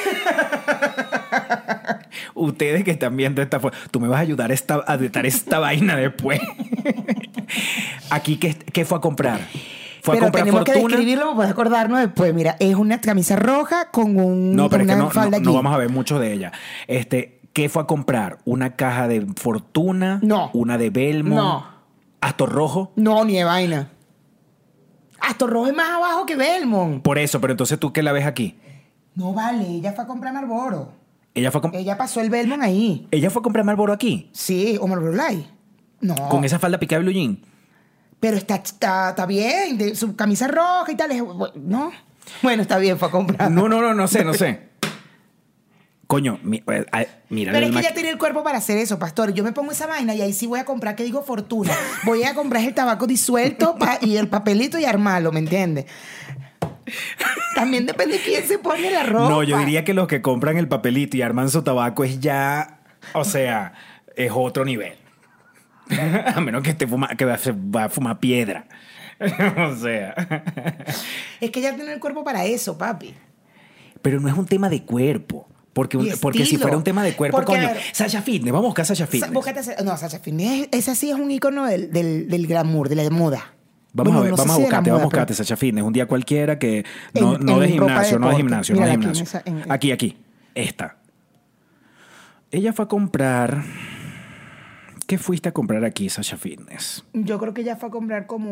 Ustedes que están viendo esta foto, tú me vas a ayudar a editar esta vaina después. Aquí, ¿qué fue a comprar? Fue a Pero comprar tenemos que Fortuna. describirlo para acordarnos después. Mira, es una camisa roja con No, pero es que una no, falda no jean. vamos a ver mucho de ella. ¿Qué fue a comprar? ¿Una caja de Fortuna? No. ¿Una de Belmont? No. ¿Astor Rojo? No, ni de vaina. Astor Rojo es más abajo que Belmont. Por eso, pero entonces tú, ¿qué la ves aquí? No vale, ella fue a comprar Marlboro. Ella fue a, Ella pasó el Belmont ahí. ella fue a comprar Marlboro aquí. Sí, o Marlboro Light. No. Con esa falda picada de blue jean. Pero está bien, de su camisa roja y tal. ¿No? Bueno, está bien, fue a comprar. No sé. Coño, mira. Pero es que ella tiene el cuerpo para hacer eso, pastor. Yo me pongo esa vaina y ahí sí voy a comprar, que digo, Fortuna. Voy a comprar el tabaco disuelto y el papelito y armarlo, ¿me entiendes? También depende de quién se pone la ropa. No, yo diría que los que compran el papelito y arman su tabaco es ya, o sea, es otro nivel. A menos que va a fumar piedra. O sea. Es que ella tiene el cuerpo para eso, papi. Pero no es un tema de cuerpo. Porque Y si estilo. fuera un tema de cuerpo, Porque, coño. a ver, Sasha Fitness, vamos a buscar Sasha Fitness. No, Sasha Fitness, esa sí es un icono del glamour, de la moda. Vamos Bueno, a ver, no sé vamos si a de la buscarte, moda, vamos a buscarte, pero- Sasha Fitness. Un día cualquiera que no, En no de ropa de gimnasio, no de deporte. gimnasio, no de Mírala aquí, gimnasio. en esa- Aquí. Esta. Ella fue a comprar. ¿Qué fuiste a comprar aquí, Sasha Fitness? Yo creo que ella fue a comprar como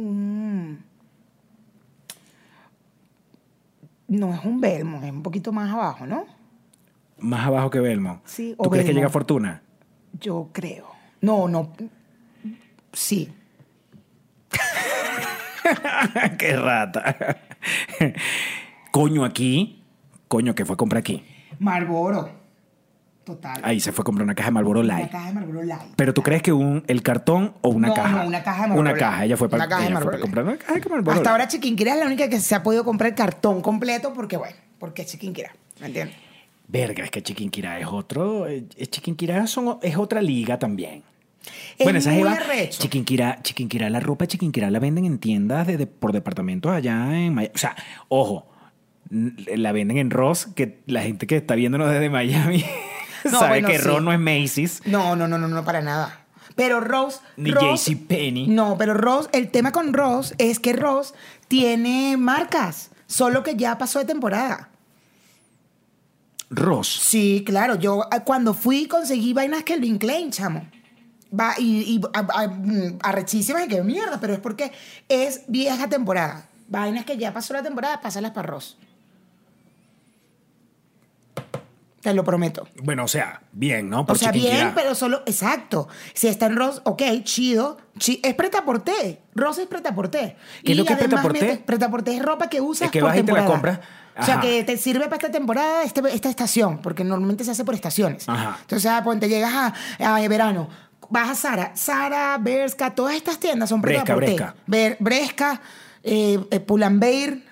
no es un Belmont, es un poquito más abajo, ¿no? Más abajo que Belmont. Sí, ¿Tú o crees que Belmont. llega Fortuna? Yo creo. No. Sí. ¡Qué rata! Coño, ¿qué fue a comprar aquí? Marlboro. Total. Ahí se fue a comprar una caja de Marlboro Una Light. caja de Marlboro Light. ¿Pero tú crees que el cartón o una No, caja? no, una caja de Marlboro Una Light. caja. Ella fue para Una caja de Marlboro comprar una caja de Marlboro Hasta Light. ahora Chiquinquirá es la única que se ha podido comprar el cartón completo porque es Chiquinquirá. ¿Me entiendes? Verga, es que Chiquinquirá es otro. Chiquinquirá es otra liga también. Es esa muy jeva, arrecho. Chiquinquirá, la ropa de Chiquinquirá la venden en tiendas por departamentos allá en Miami. O sea, ojo, la venden en Ross, que la gente que está viéndonos desde Miami No, sabe bueno, que sí. Ross no es Macy's. No, para nada. Pero Ross... Ni Ross- JCPenney. No, pero Ross, el tema con Ross es que Ross tiene marcas, solo que ya pasó de temporada. Ross. Sí, claro. Yo cuando fui conseguí vainas Calvin Klein, chamo. Va arrechísimas y que mierda, pero es porque es vieja temporada. Vainas que ya pasó la temporada, pásalas para Ross. Te lo prometo. Bueno, o sea, bien, ¿no? O sea, Chiquinquirá. bien, pero solo... Exacto. Si está en Ross, ok, chido. Es prêt-à-porter. Ross es prêt-à-porter. ¿Qué es lo que es además prêt-à-porter? Prêt-à-porter es ropa que usas Es que por vas y te la temporada. compras. O sea, Ajá. que te sirve para esta temporada, esta estación, porque normalmente se hace por estaciones. Ajá. Entonces, ponte, llegas a verano, vas a Zara, Bershka, todas estas tiendas son Bresca, prêt-à-porter. Bresca. Bresca, Pull&Bear,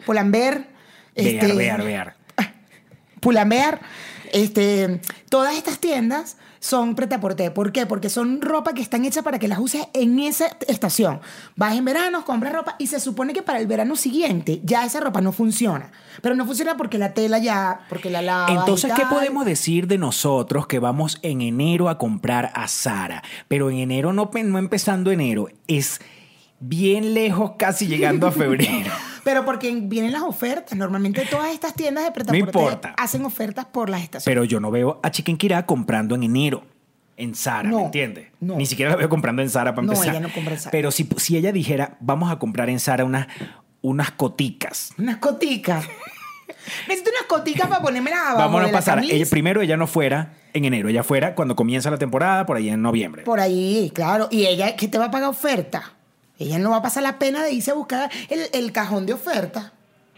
Vear. Pull&Bear, todas estas tiendas son prêt-à-porter. ¿Por qué? Porque son ropa que están hechas para que las uses en esa estación. Vas en verano, compras ropa y se supone que para el verano siguiente ya esa ropa no funciona. Pero no funciona porque la tela porque la lavas. Entonces, y ¿qué tal. podemos decir de nosotros que vamos en enero a comprar a Zara? Pero en enero, no empezando enero, es bien lejos, casi llegando a febrero. Pero porque vienen las ofertas. Normalmente todas estas tiendas de prêt-à-porter importa. hacen ofertas por las estaciones. Pero yo no veo a Chiquinquirá comprando en enero en Zara, No, ¿me entiendes? no. Ni siquiera la veo comprando en Zara para No, empezar. ella no compra en Zara. Pero si ella dijera, vamos a comprar en Zara unas coticas. Unas coticas. Necesito unas coticas para ponérmelas abajo Vamos de a la pasar. camisa. Primero ella no fuera en enero, ella fuera cuando comienza la temporada, por ahí en noviembre. Por ahí, claro. Y ella, ¿qué te va a pagar oferta? Ella no va a pasar la pena de irse a buscar el cajón de oferta.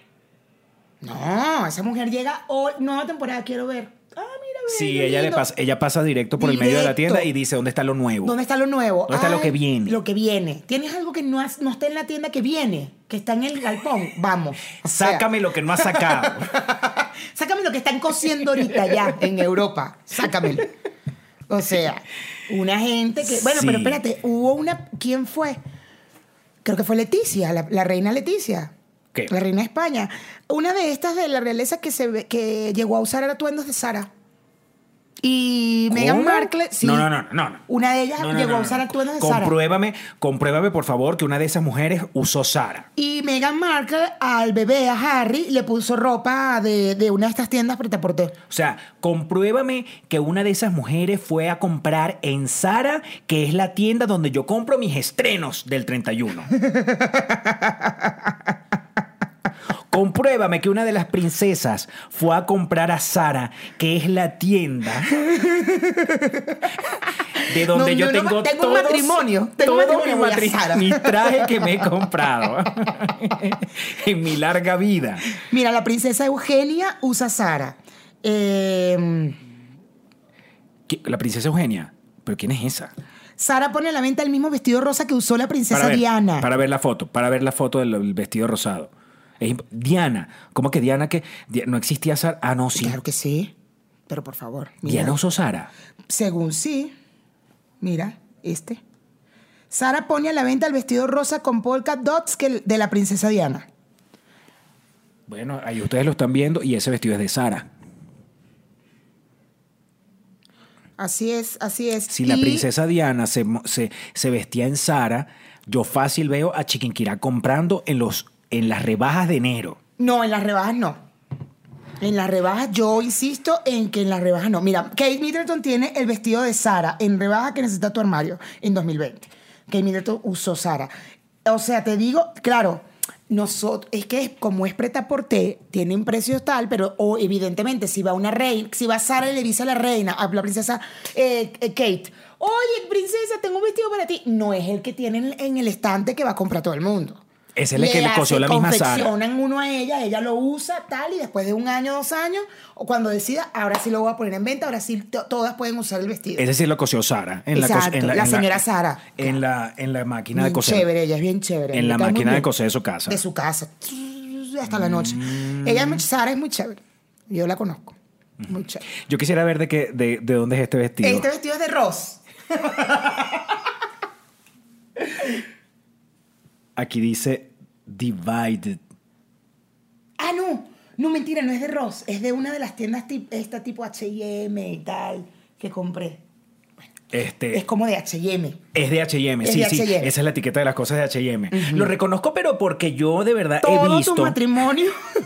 No, esa mujer llega, nueva temporada, quiero ver. Ah, mira, ve, Sí, qué ella lindo. ella pasa directo por el medio de la Directo. tienda y dice, ¿dónde está lo nuevo? ¿Dónde está lo nuevo? ¿Dónde está lo Ay, que viene? Lo que viene. ¿Tienes algo que no está en la tienda que viene? Que está en el galpón. Vamos. O sea, Sácame lo que no has sacado. sácame lo que están cociendo ahorita ya en Europa. Sácamelo. O sea, una gente que... Bueno, Sí. pero espérate, hubo una... ¿Quién fue? Creo que fue Leticia, la reina Leticia. ¿Qué? La reina de España. Una de estas de la realeza que llegó a usar atuendos de Zara. Y Meghan ¿Cómo? Markle, sí. No. Una de ellas No, llegó a usar atuendos de Zara. Compruébame, por favor, que una de esas mujeres usó Zara. Y Meghan Markle al bebé, a Harry, le puso ropa de una de estas tiendas pretaporté. O sea, compruébame que una de esas mujeres fue a comprar en Zara, que es la tienda donde yo compro mis estrenos del 31. Compruébame que una de las princesas fue a comprar a Zara, que es la tienda de donde yo tengo un todos, matrimonio. Tengo un todos matrimonio, voy a Zara. mis trajes que me he comprado en mi larga vida. Mira, la princesa Eugenia usa Zara. La princesa Eugenia. ¿Pero quién es esa? Zara pone a la venta el mismo vestido rosa que usó la princesa Diana. Para ver la foto del vestido rosado. Diana. ¿Cómo que Diana que no existía Zara? Ah, no, sí. Claro que sí. Pero por favor. Mira. Diana usó Zara. Según sí. Mira, Zara pone a la venta el vestido rosa con polka dots de la princesa Diana. Bueno, ahí ustedes lo están viendo y ese vestido es de Zara. Así es. Si la princesa Diana se vestía en Zara, yo fácil veo a Chiquinquirá comprando en las rebajas de enero. No, en las rebajas no. En las rebajas, yo insisto en que en las rebajas no. Mira, Kate Middleton tiene el vestido de Zara en rebaja que necesita tu armario en 2020. Kate Middleton usó Zara. O sea, te digo, claro, es que como es prêt-à-porter, tienen precios tal, pero evidentemente si va Zara y le dice a la reina, a la princesa Kate, oye, princesa, tengo un vestido para ti. No es el que tienen en el estante que va a comprar todo el mundo. Ese es el que le cosió la misma Zara. Confeccionan uno a ella lo usa tal, y después de 1 año, 2 años, o cuando decida, ahora sí lo voy a poner en venta, ahora sí todas pueden usar el vestido. Ese sí lo cosió Sara. Exacto, la señora Zara. En la máquina de Bien coser. chévere, ella es bien chévere. En la Me cae muy máquina de bien. coser de su casa. De su casa. Hasta la noche. Zara es muy chévere. Yo la conozco. Muy chévere. Yo quisiera ver de dónde es este vestido. Este vestido es de Ross. Aquí dice Divided. Ah, no, mentira, no es de Ross. Es de una de las tiendas tipo H&M y tal que compré. Es como de H&M. Es de H&M, Es sí, de sí. H&M. Esa es la etiqueta de las cosas de H&M. Lo reconozco, pero porque yo de verdad he Todo visto... tu matrimonio.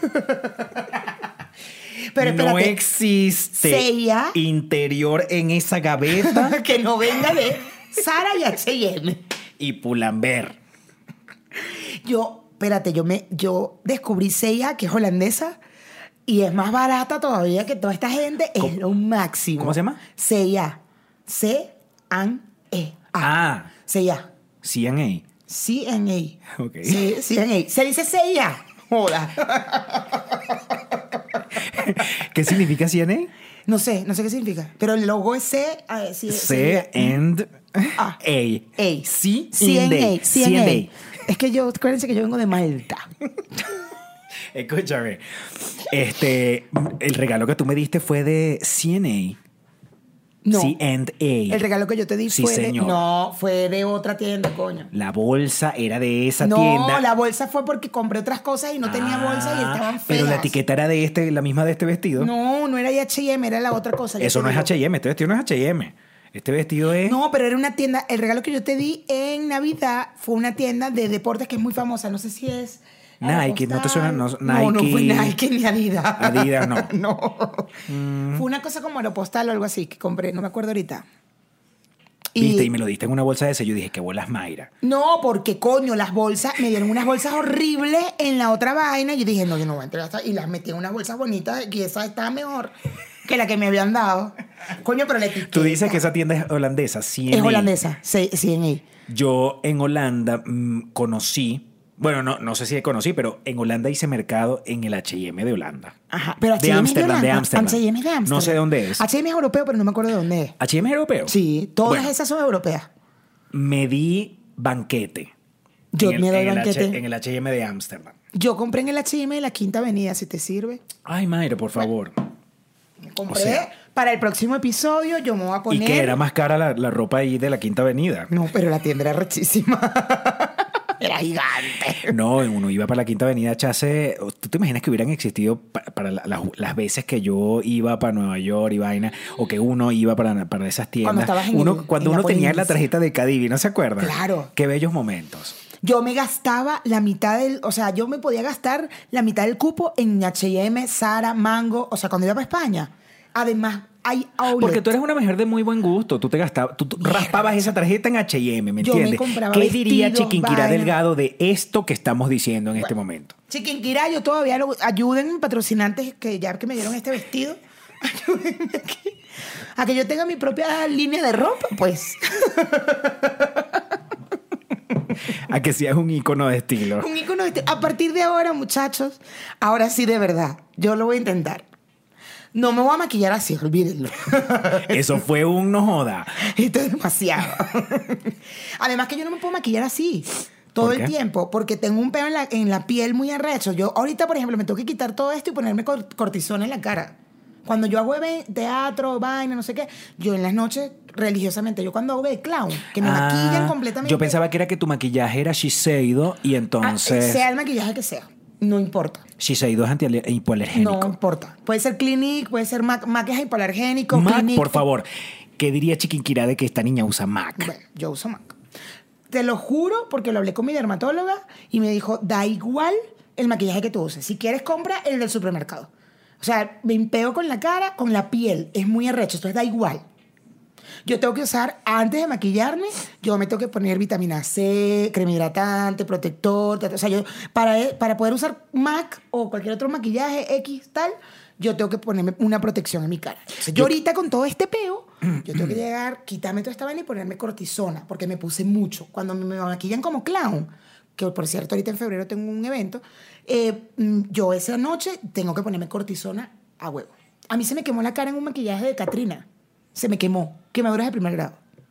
Pero no espérate. existe Seiya. interior en esa gaveta Que no venga de Zara y H&M. y Pull&Bear. Yo descubrí Seiya, que es holandesa, y es más barata todavía que toda esta gente. Es lo máximo. ¿Cómo se llama? Seiya. C-A-N-E. Ah. Seiya. C&A. C&A. Ok. Sí, C&A. Se dice Seiya. Joda. ¿Qué significa C&A? No sé qué significa. Pero el logo es C. C and A. A. C C&A. C&A. Es que acuérdense que yo vengo de Malta. Escúchame. El regalo que tú me diste fue de C&A. No. C&A. El regalo que yo te di Sí, fue señor. fue de otra tienda, coño. La bolsa era de esa No, tienda. la bolsa fue porque compré otras cosas y no tenía bolsa y estaban feas. Pero la etiqueta era de la misma de este vestido. No era de H&M, era la otra cosa. Eso no es H&M. Este vestido no es H&M. Este vestido es... No, pero era una tienda. El regalo que yo te di en Navidad fue una tienda de deportes que es muy famosa. No sé si es... Nike, ¿no te suena? No, No fue Nike ni Adidas. Adidas, no. No. Fue una cosa como Aeropostal o algo así que compré, no me acuerdo ahorita. Viste, y me lo diste en una bolsa de ese. Yo dije, qué bolas Mayra. No, porque coño, las bolsas, me dieron unas bolsas horribles en la otra vaina. Y yo dije, no, yo no voy a entrar hasta. Y las metí en unas bolsas bonitas y esa estaba mejor que la que me habían dado. Coño, pero la etiqueta. Tú dices que esa tienda es holandesa, C&A. Es holandesa, C&A. Yo en Holanda conocí... Bueno, no sé si conocí, pero en Holanda hice mercado en el H&M de Holanda. Ajá, pero De H&M es de Ámsterdam, de Holanda. Ámsterdam. H&M es de Ámsterdam. No sé dónde es. H&M es europeo, pero no me acuerdo de dónde es. ¿H&M es europeo? Sí, todas Bueno, esas son europeas. me di banquete. Yo en me doy en el banquete. en el H&M de Ámsterdam. Yo compré en el H&M de la Quinta Avenida, si te sirve. Ay, Mayra, por favor. Compré O sea- para el próximo episodio, yo me voy a poner... Y que era más cara la ropa ahí de la Quinta Avenida. No, pero la tienda era rechísima. Era era gigante. No, uno iba para la Quinta Avenida Chase. ¿Tú te imaginas que hubieran existido para las veces que yo iba para Nueva York y vaina? O que uno iba para esas tiendas. estabas en Cuando en uno la tenía la Polinis. tarjeta de Cadivi, ¿no se acuerdan? Claro. Qué bellos momentos. Yo me gastaba la mitad o sea, yo me podía gastar la mitad del cupo en H&M, Zara, Mango, o sea, cuando iba para España. Además, hay outlet. Porque tú eres una mujer de muy buen gusto. Tú te gastabas, tú raspabas esa tarjeta en H&M, ¿me Yo me entiendes? compraba ¿Qué diría vestidos, Chiquinquirá vaina. Delgado de esto que estamos diciendo en este momento? Chiquinquirá, yo todavía ayuden patrocinantes que ya que me dieron este vestido. Ayúdenme aquí. A que yo tenga mi propia línea de ropa, pues. A que seas un ícono de estilo. Un ícono de a partir de ahora, muchachos, ahora sí de verdad, yo lo voy a intentar. No me voy a maquillar así, olvídenlo. Eso fue un no joda. Esto es demasiado. Además que yo no me puedo maquillar así todo ¿Por el qué? tiempo porque tengo un pelo en la piel muy arrecho. Yo ahorita, por ejemplo, me tengo que quitar todo esto y ponerme cortisona en la cara. Cuando yo hago teatro, vaina, no sé qué, yo en las noches, religiosamente, yo cuando hago de clown, que me maquillan completamente. Yo pensaba que era que tu maquillaje era Shiseido y entonces... sea el maquillaje que sea, no importa. Shiseido es hipoalergénico. No importa. Puede ser Clinique, puede ser maquillaje hipoalergénico. MAC, Clinique. por favor. ¿Qué diría Chiquinquirá de que esta niña usa MAC? Bueno, yo uso MAC. Te lo juro porque lo hablé con mi dermatóloga y me dijo, da igual el maquillaje que tú uses. Si quieres, compra el del supermercado. O sea, me empeo con la cara, con la piel. Es muy arrecho, entonces da igual. Yo tengo que usar, antes de maquillarme, yo me tengo que poner vitamina C, crema hidratante, protector. O sea, yo para poder usar MAC o cualquier otro maquillaje X, tal, yo tengo que ponerme una protección en mi cara. Entonces, yo ahorita con todo este peo, yo tengo que llegar, quitarme toda esta vaina y ponerme cortisona, porque me puse mucho. Cuando me maquillan como clown, que por cierto ahorita en febrero tengo un evento, yo esa noche tengo que ponerme cortisona a huevo. A mí se me quemó la cara en un maquillaje de Catrina. Se me quemó. Quemaduras de primer grado.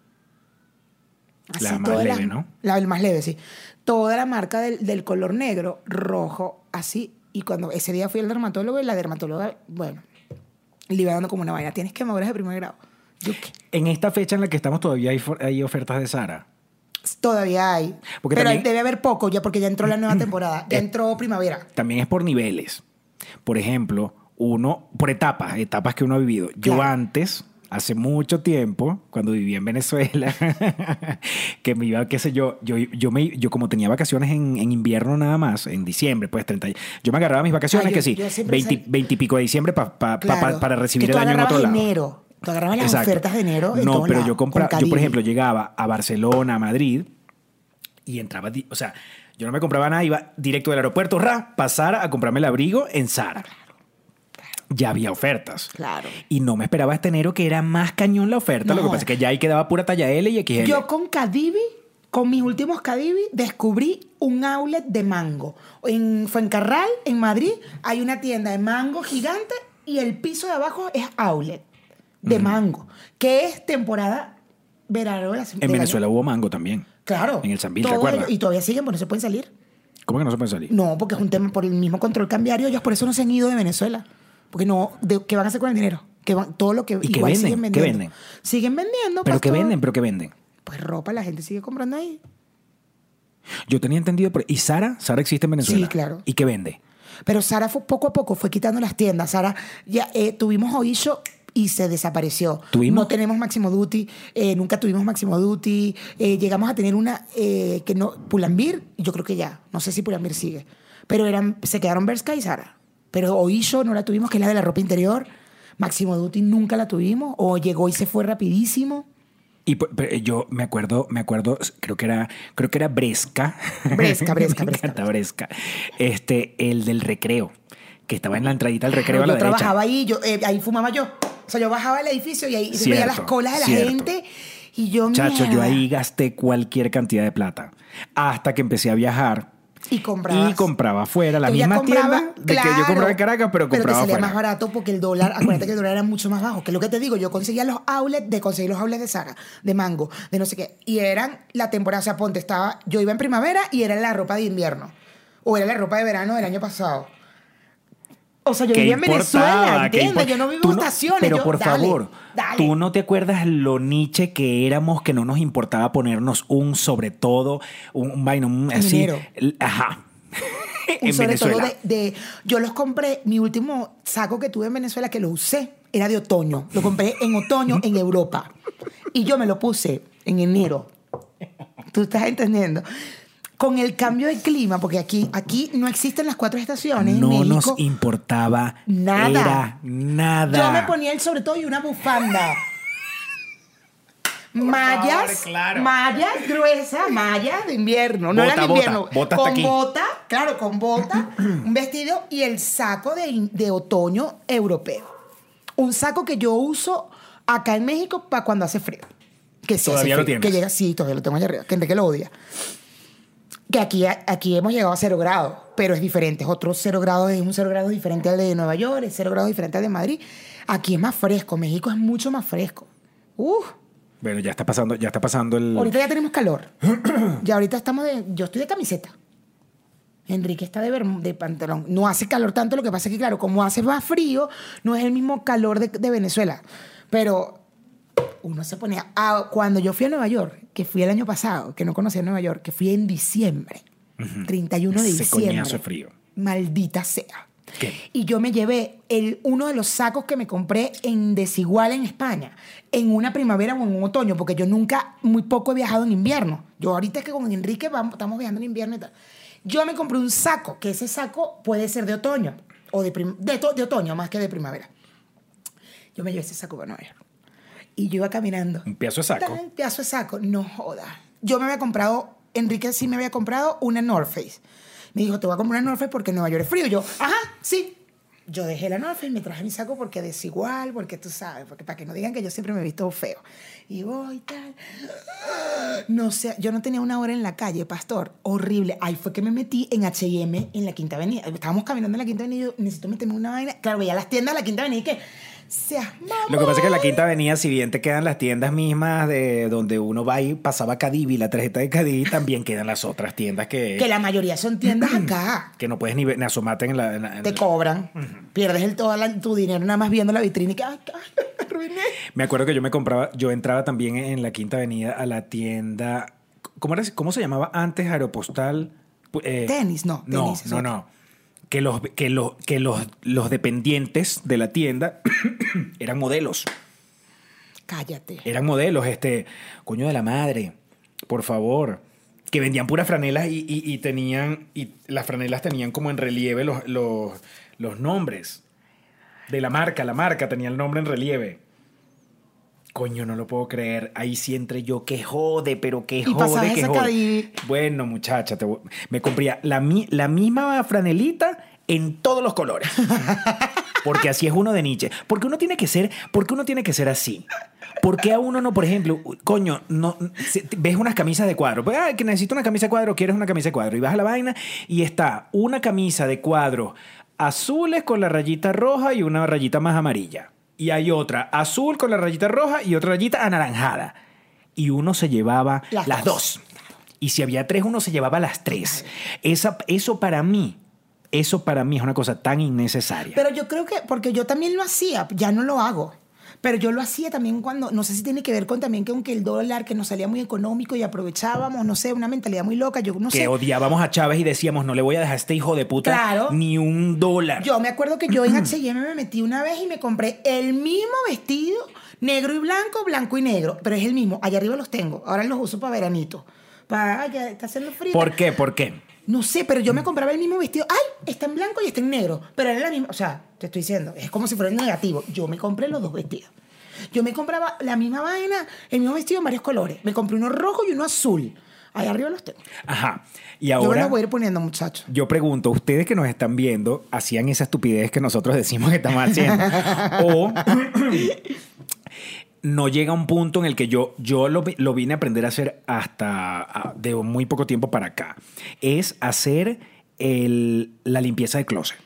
La más toda leve, ¿no? La más leve, sí. Toda la marca del color negro, rojo, así. Y cuando ese día fui al dermatólogo y la dermatóloga, bueno, le iba dando como una vaina. Tienes quemaduras de primer grado. Yo, ¿qué? En esta fecha en la que estamos todavía hay ofertas de Zara. Todavía hay. Porque pero también- debe haber poco ya porque ya entró la nueva temporada. Ya entró primavera. También es por niveles. Por ejemplo, por etapas que uno ha vivido. Yo Claro. antes, hace mucho tiempo, cuando vivía en Venezuela, que me iba, qué sé yo como tenía vacaciones en invierno nada más, en diciembre, pues 30, yo me agarraba mis vacaciones, yo- que sí, yo siempre 20 y pico de diciembre Claro. para recibir Que tú el año en otro agarrabas lado. enero. Tú agarrabas las Exacto. ofertas de enero en No, todos pero lados, yo con por Cadivi. ejemplo, llegaba a Barcelona, a Madrid, y entraba, o sea, yo no me compraba nada, iba directo del aeropuerto, pasar a comprarme el abrigo en Zara. Ya había ofertas. Claro. Y no me esperaba este enero que era más cañón la oferta. No. Lo que pasa es que ya ahí quedaba pura talla L y XL. Yo con Cadivi, con mis últimos Cadivi, descubrí un outlet de mango. En Fuencarral, en Madrid, hay una tienda de mango gigante y el piso de abajo es outlet de mango, que es temporada verano. En Venezuela hubo mango también. Claro. En el Sambil, ¿te Todos acuerdas? ellos- y todavía siguen, porque no se pueden salir. ¿Cómo que no se puede salir? No, porque es un tema por el mismo control cambiario. Ellos por eso no se han ido de Venezuela. Porque no, ¿qué van a hacer con el dinero? Todo lo que ¿Y qué igual venden? siguen ¿Qué vendiendo. venden? Siguen vendiendo. ¿Pero qué pastor. venden? ¿Pero qué venden? Pues ropa, la gente sigue comprando ahí. Yo tenía entendido... ¿Y Zara? ¿Zara existe en Venezuela? Sí, claro. ¿Y qué vende? Pero Sara poco a poco fue quitando las tiendas. Sara, ya tuvimos Oisho y se desapareció. ¿Tuvimos? No tenemos Máximo Duty, nunca tuvimos Máximo Duty. Llegamos a tener una que no, Pull&Bear, yo creo que ya, no sé si Pull&Bear sigue. Pero se quedaron Bershka y Sara. Pero Oisho no la tuvimos, que es la de la ropa interior. Máximo Duty nunca la tuvimos, o llegó y se fue rapidísimo. Pero yo me acuerdo, creo que era Bresca. Bresca. Me encanta Bresca. El del recreo, que estaba en la entradita del recreo a la Yo derecha. trabajaba ahí, ahí fumaba yo. O sea, yo bajaba al edificio y ahí veía las colas de la cierto. gente. Y yo, Chacho, yo mierda. ahí gasté cualquier cantidad de plata. Hasta que empecé a viajar. Y comprabas. Y compraba afuera, la Tú ya misma comprabas, tienda de que yo compraba en Caracas, pero compraba te salía afuera. más barato porque el dólar, acuérdate que el dólar era mucho más bajo. Que es lo que te digo, yo conseguía los outlets de Zara, de Mango, de no sé qué. Y eran la temporada, o sea, yo iba en primavera y era la ropa de invierno. O era la ropa de verano del año pasado. O sea, yo ¿Qué vivía en Venezuela, importaba? ¿Qué ¿entiendes? impor- Yo no vivo Tú en estaciones. Pero yo, por dale, favor, dale. ¿tú no te acuerdas lo niche que éramos, que no nos importaba ponernos un sobre todo, un vaina, un así? Minero. Ajá. Un En sobre todo Venezuela. yo los compré, mi último saco que tuve en Venezuela que lo usé era de otoño. Lo compré en otoño en Europa. Y yo me lo puse en enero. ¿Tú estás entendiendo? Con el cambio de clima, porque aquí no existen las 4 estaciones. No en nos México, importaba nada. Era nada. Yo me ponía el sobre todo y una bufanda. Mallas, favor, claro. mallas gruesas, mallas de invierno. No Bota, eran de invierno. bota hasta con aquí. bota, claro, con bota, un vestido y el saco de otoño europeo. Un saco que yo uso acá en México para cuando hace frío. Que sí ¿Todavía hace lo frío, tienes? Que llega, sí, todavía lo tengo allá arriba. Que Enrique lo odia. Que aquí hemos llegado a 0 grados, pero es diferente. Es otro 0 grados, es un 0 grados diferente al de Nueva York, es 0 grados diferente al de Madrid. Aquí es más fresco, México es mucho más fresco. Bueno, ya está pasando el... Ahorita ya tenemos calor. Ya ahorita yo estoy de camiseta. Enrique está de pantalón. No hace calor tanto, lo que pasa es que, claro, como hace más frío, no es el mismo calor de Venezuela. Pero uno se ponía... cuando yo fui a Nueva York, que fui el año pasado, que no conocía Nueva York, que fui en diciembre, 31 de Ese diciembre. coñazo de frío. Maldita sea. ¿Qué? Y yo me llevé uno de los sacos que me compré en Desigual en España, en una primavera o en un otoño, porque yo muy poco he viajado en invierno. Yo ahorita es que con Enrique estamos viajando en invierno y tal. Yo me compré un saco, que ese saco puede ser de otoño, o de otoño más que de primavera. Yo me llevé ese saco para Nueva York. Y yo iba caminando. Un pedazo de saco. Un pedazo de saco, no joda. Yo me había comprado, Enrique sí me había comprado una North Face. Me dijo, te voy a comprar una North Face porque en Nueva York es frío. Yo, ajá, sí. Yo dejé la North Face y me traje mi saco porque Desigual, porque tú sabes, porque para que no digan que yo siempre me he visto feo. Y voy tal. No sé, yo no tenía una hora en la calle, pastor. Horrible. Ahí fue que me metí en H&M en la Quinta Avenida. Estábamos caminando en la Quinta Avenida y yo necesito meterme una vaina. Claro, veía las tiendas de la Quinta Avenida y que seas mamón. Lo que pasa es que en la Quinta Avenida, si bien te quedan las tiendas mismas de donde uno va y pasaba Cadivi, la tarjeta de Cadivi, también quedan las otras tientas que la mayoría son tiendas acá. que no puedes ni asomarte en la... Te cobran. Pierdes tu dinero nada más viendo la vitrina y que, ay, me arruiné. Me acuerdo que yo entraba también en la Quinta Avenida a la tienda... ¿Cómo se llamaba antes? Aeropostal. Tenis, no. Tenis es otra. No. Que los dependientes de la tienda eran modelos. Cállate. Eran modelos, coño de la madre, por favor. Que vendían puras franelas y tenían... Y las franelas tenían como en relieve los nombres de la marca. La marca tenía el nombre en relieve. Coño, no lo puedo creer. Ahí sí entré yo. Que jode, pero que jode, pasabas que esa jode. Cadivi. Bueno, muchacha, me compré la misma franelita en todos los colores. Porque así es uno de Nietzsche. ¿Por qué uno tiene que ser así? ¿Por qué a uno no, por ejemplo, coño, no ves unas camisas de cuadro? Pues, que necesito una camisa de cuadro, quieres una camisa de cuadro. Y vas a la vaina y está una camisa de cuadro azules con la rayita roja y una rayita más amarilla. Y hay otra azul con la rayita roja y otra rayita anaranjada. Y uno se llevaba las dos. Y si había 3, uno se llevaba las 3. Eso para mí es una cosa tan innecesaria. Pero yo creo que, porque yo también lo hacía, ya no lo hago. Pero yo lo hacía también cuando, no sé si tiene que ver con también que aunque el dólar que nos salía muy económico y aprovechábamos, no sé, una mentalidad muy loca, yo no sé. Que odiábamos a Chávez y decíamos, no le voy a dejar a este hijo de puta Claro. ni $1. Yo me acuerdo que yo en H&M me metí una vez y me compré el mismo vestido, negro y blanco, blanco y negro. Pero es el mismo. Allá arriba los tengo. Ahora los uso para veranito. Ya está haciendo frío. ¿Por qué? ¿Por qué? No sé, pero yo me compraba el mismo vestido. ¡Ay! Está en blanco y está en negro. Pero era la misma. O sea, te estoy diciendo, es como si fuera el negativo. Yo me compré los dos vestidos. Yo me compraba la misma vaina, el mismo vestido en varios colores. Me compré uno rojo y uno azul. Ahí arriba los tengo. Ajá. Y Yo me ahora los voy a ir poniendo, muchachos. yo pregunto, ¿ustedes que nos están viendo hacían esa estupidez que nosotros decimos que estamos haciendo? ¿O no llega un punto en el que yo lo vine a aprender a hacer hasta de muy poco tiempo para acá? Es hacer la limpieza de closet.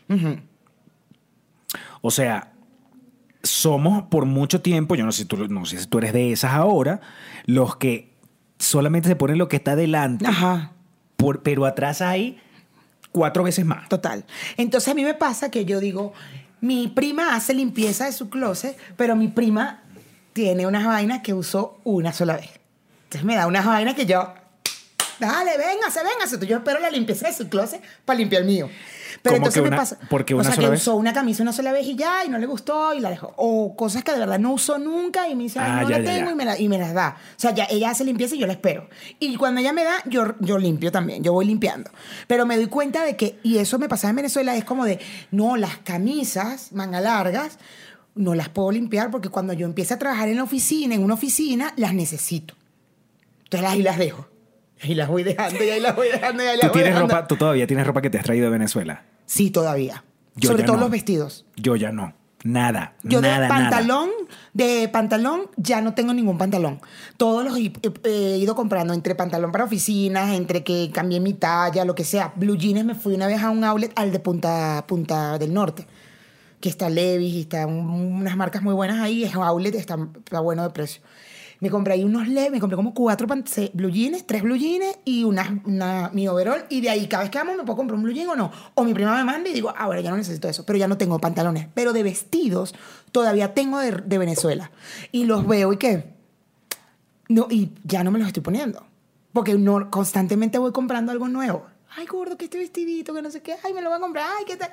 O sea, somos por mucho tiempo, yo no sé si tú eres de esas ahora, los que solamente se ponen lo que está delante, Ajá. pero atrás hay 4 veces más. Total. Entonces a mí me pasa que yo digo, mi prima hace limpieza de su closet, pero mi prima tiene unas vainas que usó una sola vez. Entonces me da unas vainas que yo, dale, véngase. Entonces yo espero la limpieza de su closet para limpiar el mío. Pero ¿Cómo entonces que me una- pasa. por qué o una sea, sola que vez? usó una camisa una sola vez y ya, y no le gustó y la dejó. O cosas que de verdad no usó nunca y me dice, ay, Ah, no ya, la ya, tengo ya. y me las da. O sea, ya ella hace limpieza y yo la espero. Y cuando ella me da, yo limpio también, yo voy limpiando. Pero me doy cuenta de que, y eso me pasaba en Venezuela, es como de, no, las camisas, manga largas, no las puedo limpiar porque cuando yo empiezo a trabajar en una oficina, las necesito. Entonces ahí las dejo. Y las voy dejando, y ahí las voy dejando, y ahí las ¿Tú voy tienes dejando. ropa, tú todavía tienes ropa que te has traído de Venezuela? Sí, todavía. Yo Sobre ya todo no. los vestidos. Yo ya no. Nada. Yo nada, de pantalón, ya no tengo ningún pantalón. Todos los he ido comprando entre pantalón para oficinas, entre que cambié mi talla, lo que sea. Blue jeans me fui una vez a un outlet, al de Punta del Norte, que está Levi's y está unas marcas muy buenas ahí. Es un outlet, está bueno de precio. Me compré ahí unos Levi's, me compré como 4 blue jeans, 3 blue jeans y mi overall. Y de ahí, cada vez que vamos, me puedo comprar un blue jean o no. O mi prima me manda y digo, ahora ya no necesito eso. Pero ya no tengo pantalones. Pero de vestidos todavía tengo de Venezuela. Y los veo y qué. No, y ya no me los estoy poniendo. Porque no, constantemente voy comprando algo nuevo. Ay, gordo, que este vestidito, que no sé qué. Ay, me lo voy a comprar. Ay, qué tal.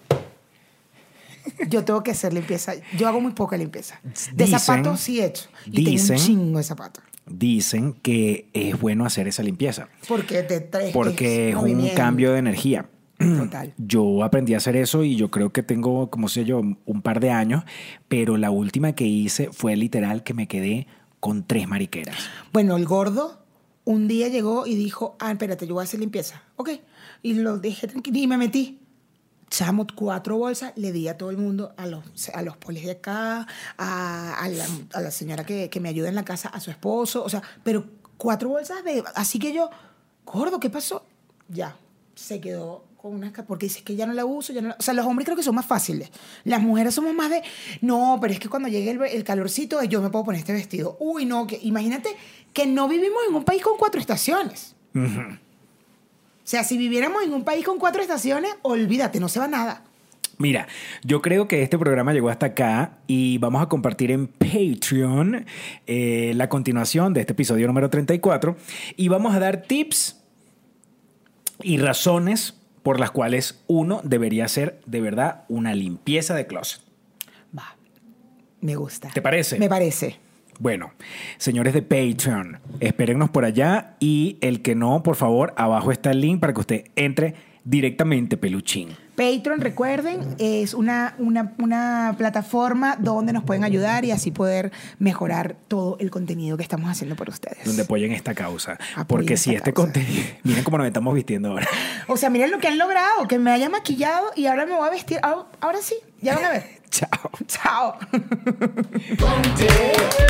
Yo tengo que hacer limpieza. Yo hago muy poca limpieza. De Dicen- zapatos sí he hecho. Y tengo dicen- un chingo de zapatos. Dicen que es bueno hacer esa limpieza. Porque te traes. Porque es un movimiento. cambio de energía. Total. Yo aprendí a hacer eso y yo creo que tengo, como sé yo, un par de años, pero la última que hice fue literal que me quedé con 3 mariqueras. Bueno, el gordo un día llegó y dijo, espérate, yo voy a hacer limpieza. Ok. Y lo dejé tranquilo y me metí. Chamo, 4 bolsas, le di a todo el mundo, a los polis de acá, a la señora que me ayuda en la casa, a su esposo, o sea, pero 4 bolsas de... Así que yo, gordo, ¿qué pasó? Ya, se quedó con unas... Porque dice que ya no la uso, o sea, los hombres creo que son más fáciles. Las mujeres somos más de... No, pero es que cuando llegue el calorcito, yo me puedo poner este vestido. Uy, no, que imagínate que no vivimos en un país con 4 estaciones. O sea, si viviéramos en un país con 4 estaciones, olvídate, no se va nada. Mira, yo creo que este programa llegó hasta acá y vamos a compartir en Patreon la continuación de este episodio número 34 y vamos a dar tips y razones por las cuales uno debería hacer de verdad una limpieza de closet. Va, me gusta. ¿Te parece? Me parece. Bueno, señores de Patreon, espérennos por allá y el que no, por favor, abajo está el link para que usted entre directamente, peluchín. Patreon, recuerden, es una plataforma donde nos pueden ayudar y así poder mejorar todo el contenido que estamos haciendo por ustedes. Donde apoyen esta causa. Apoyen Porque esta si este causa. contenido... Miren cómo nos estamos vistiendo ahora. O sea, miren lo que han logrado, que me haya maquillado y ahora me voy a vestir. Ahora sí, ya van a ver. Chao. Chao. Ponte.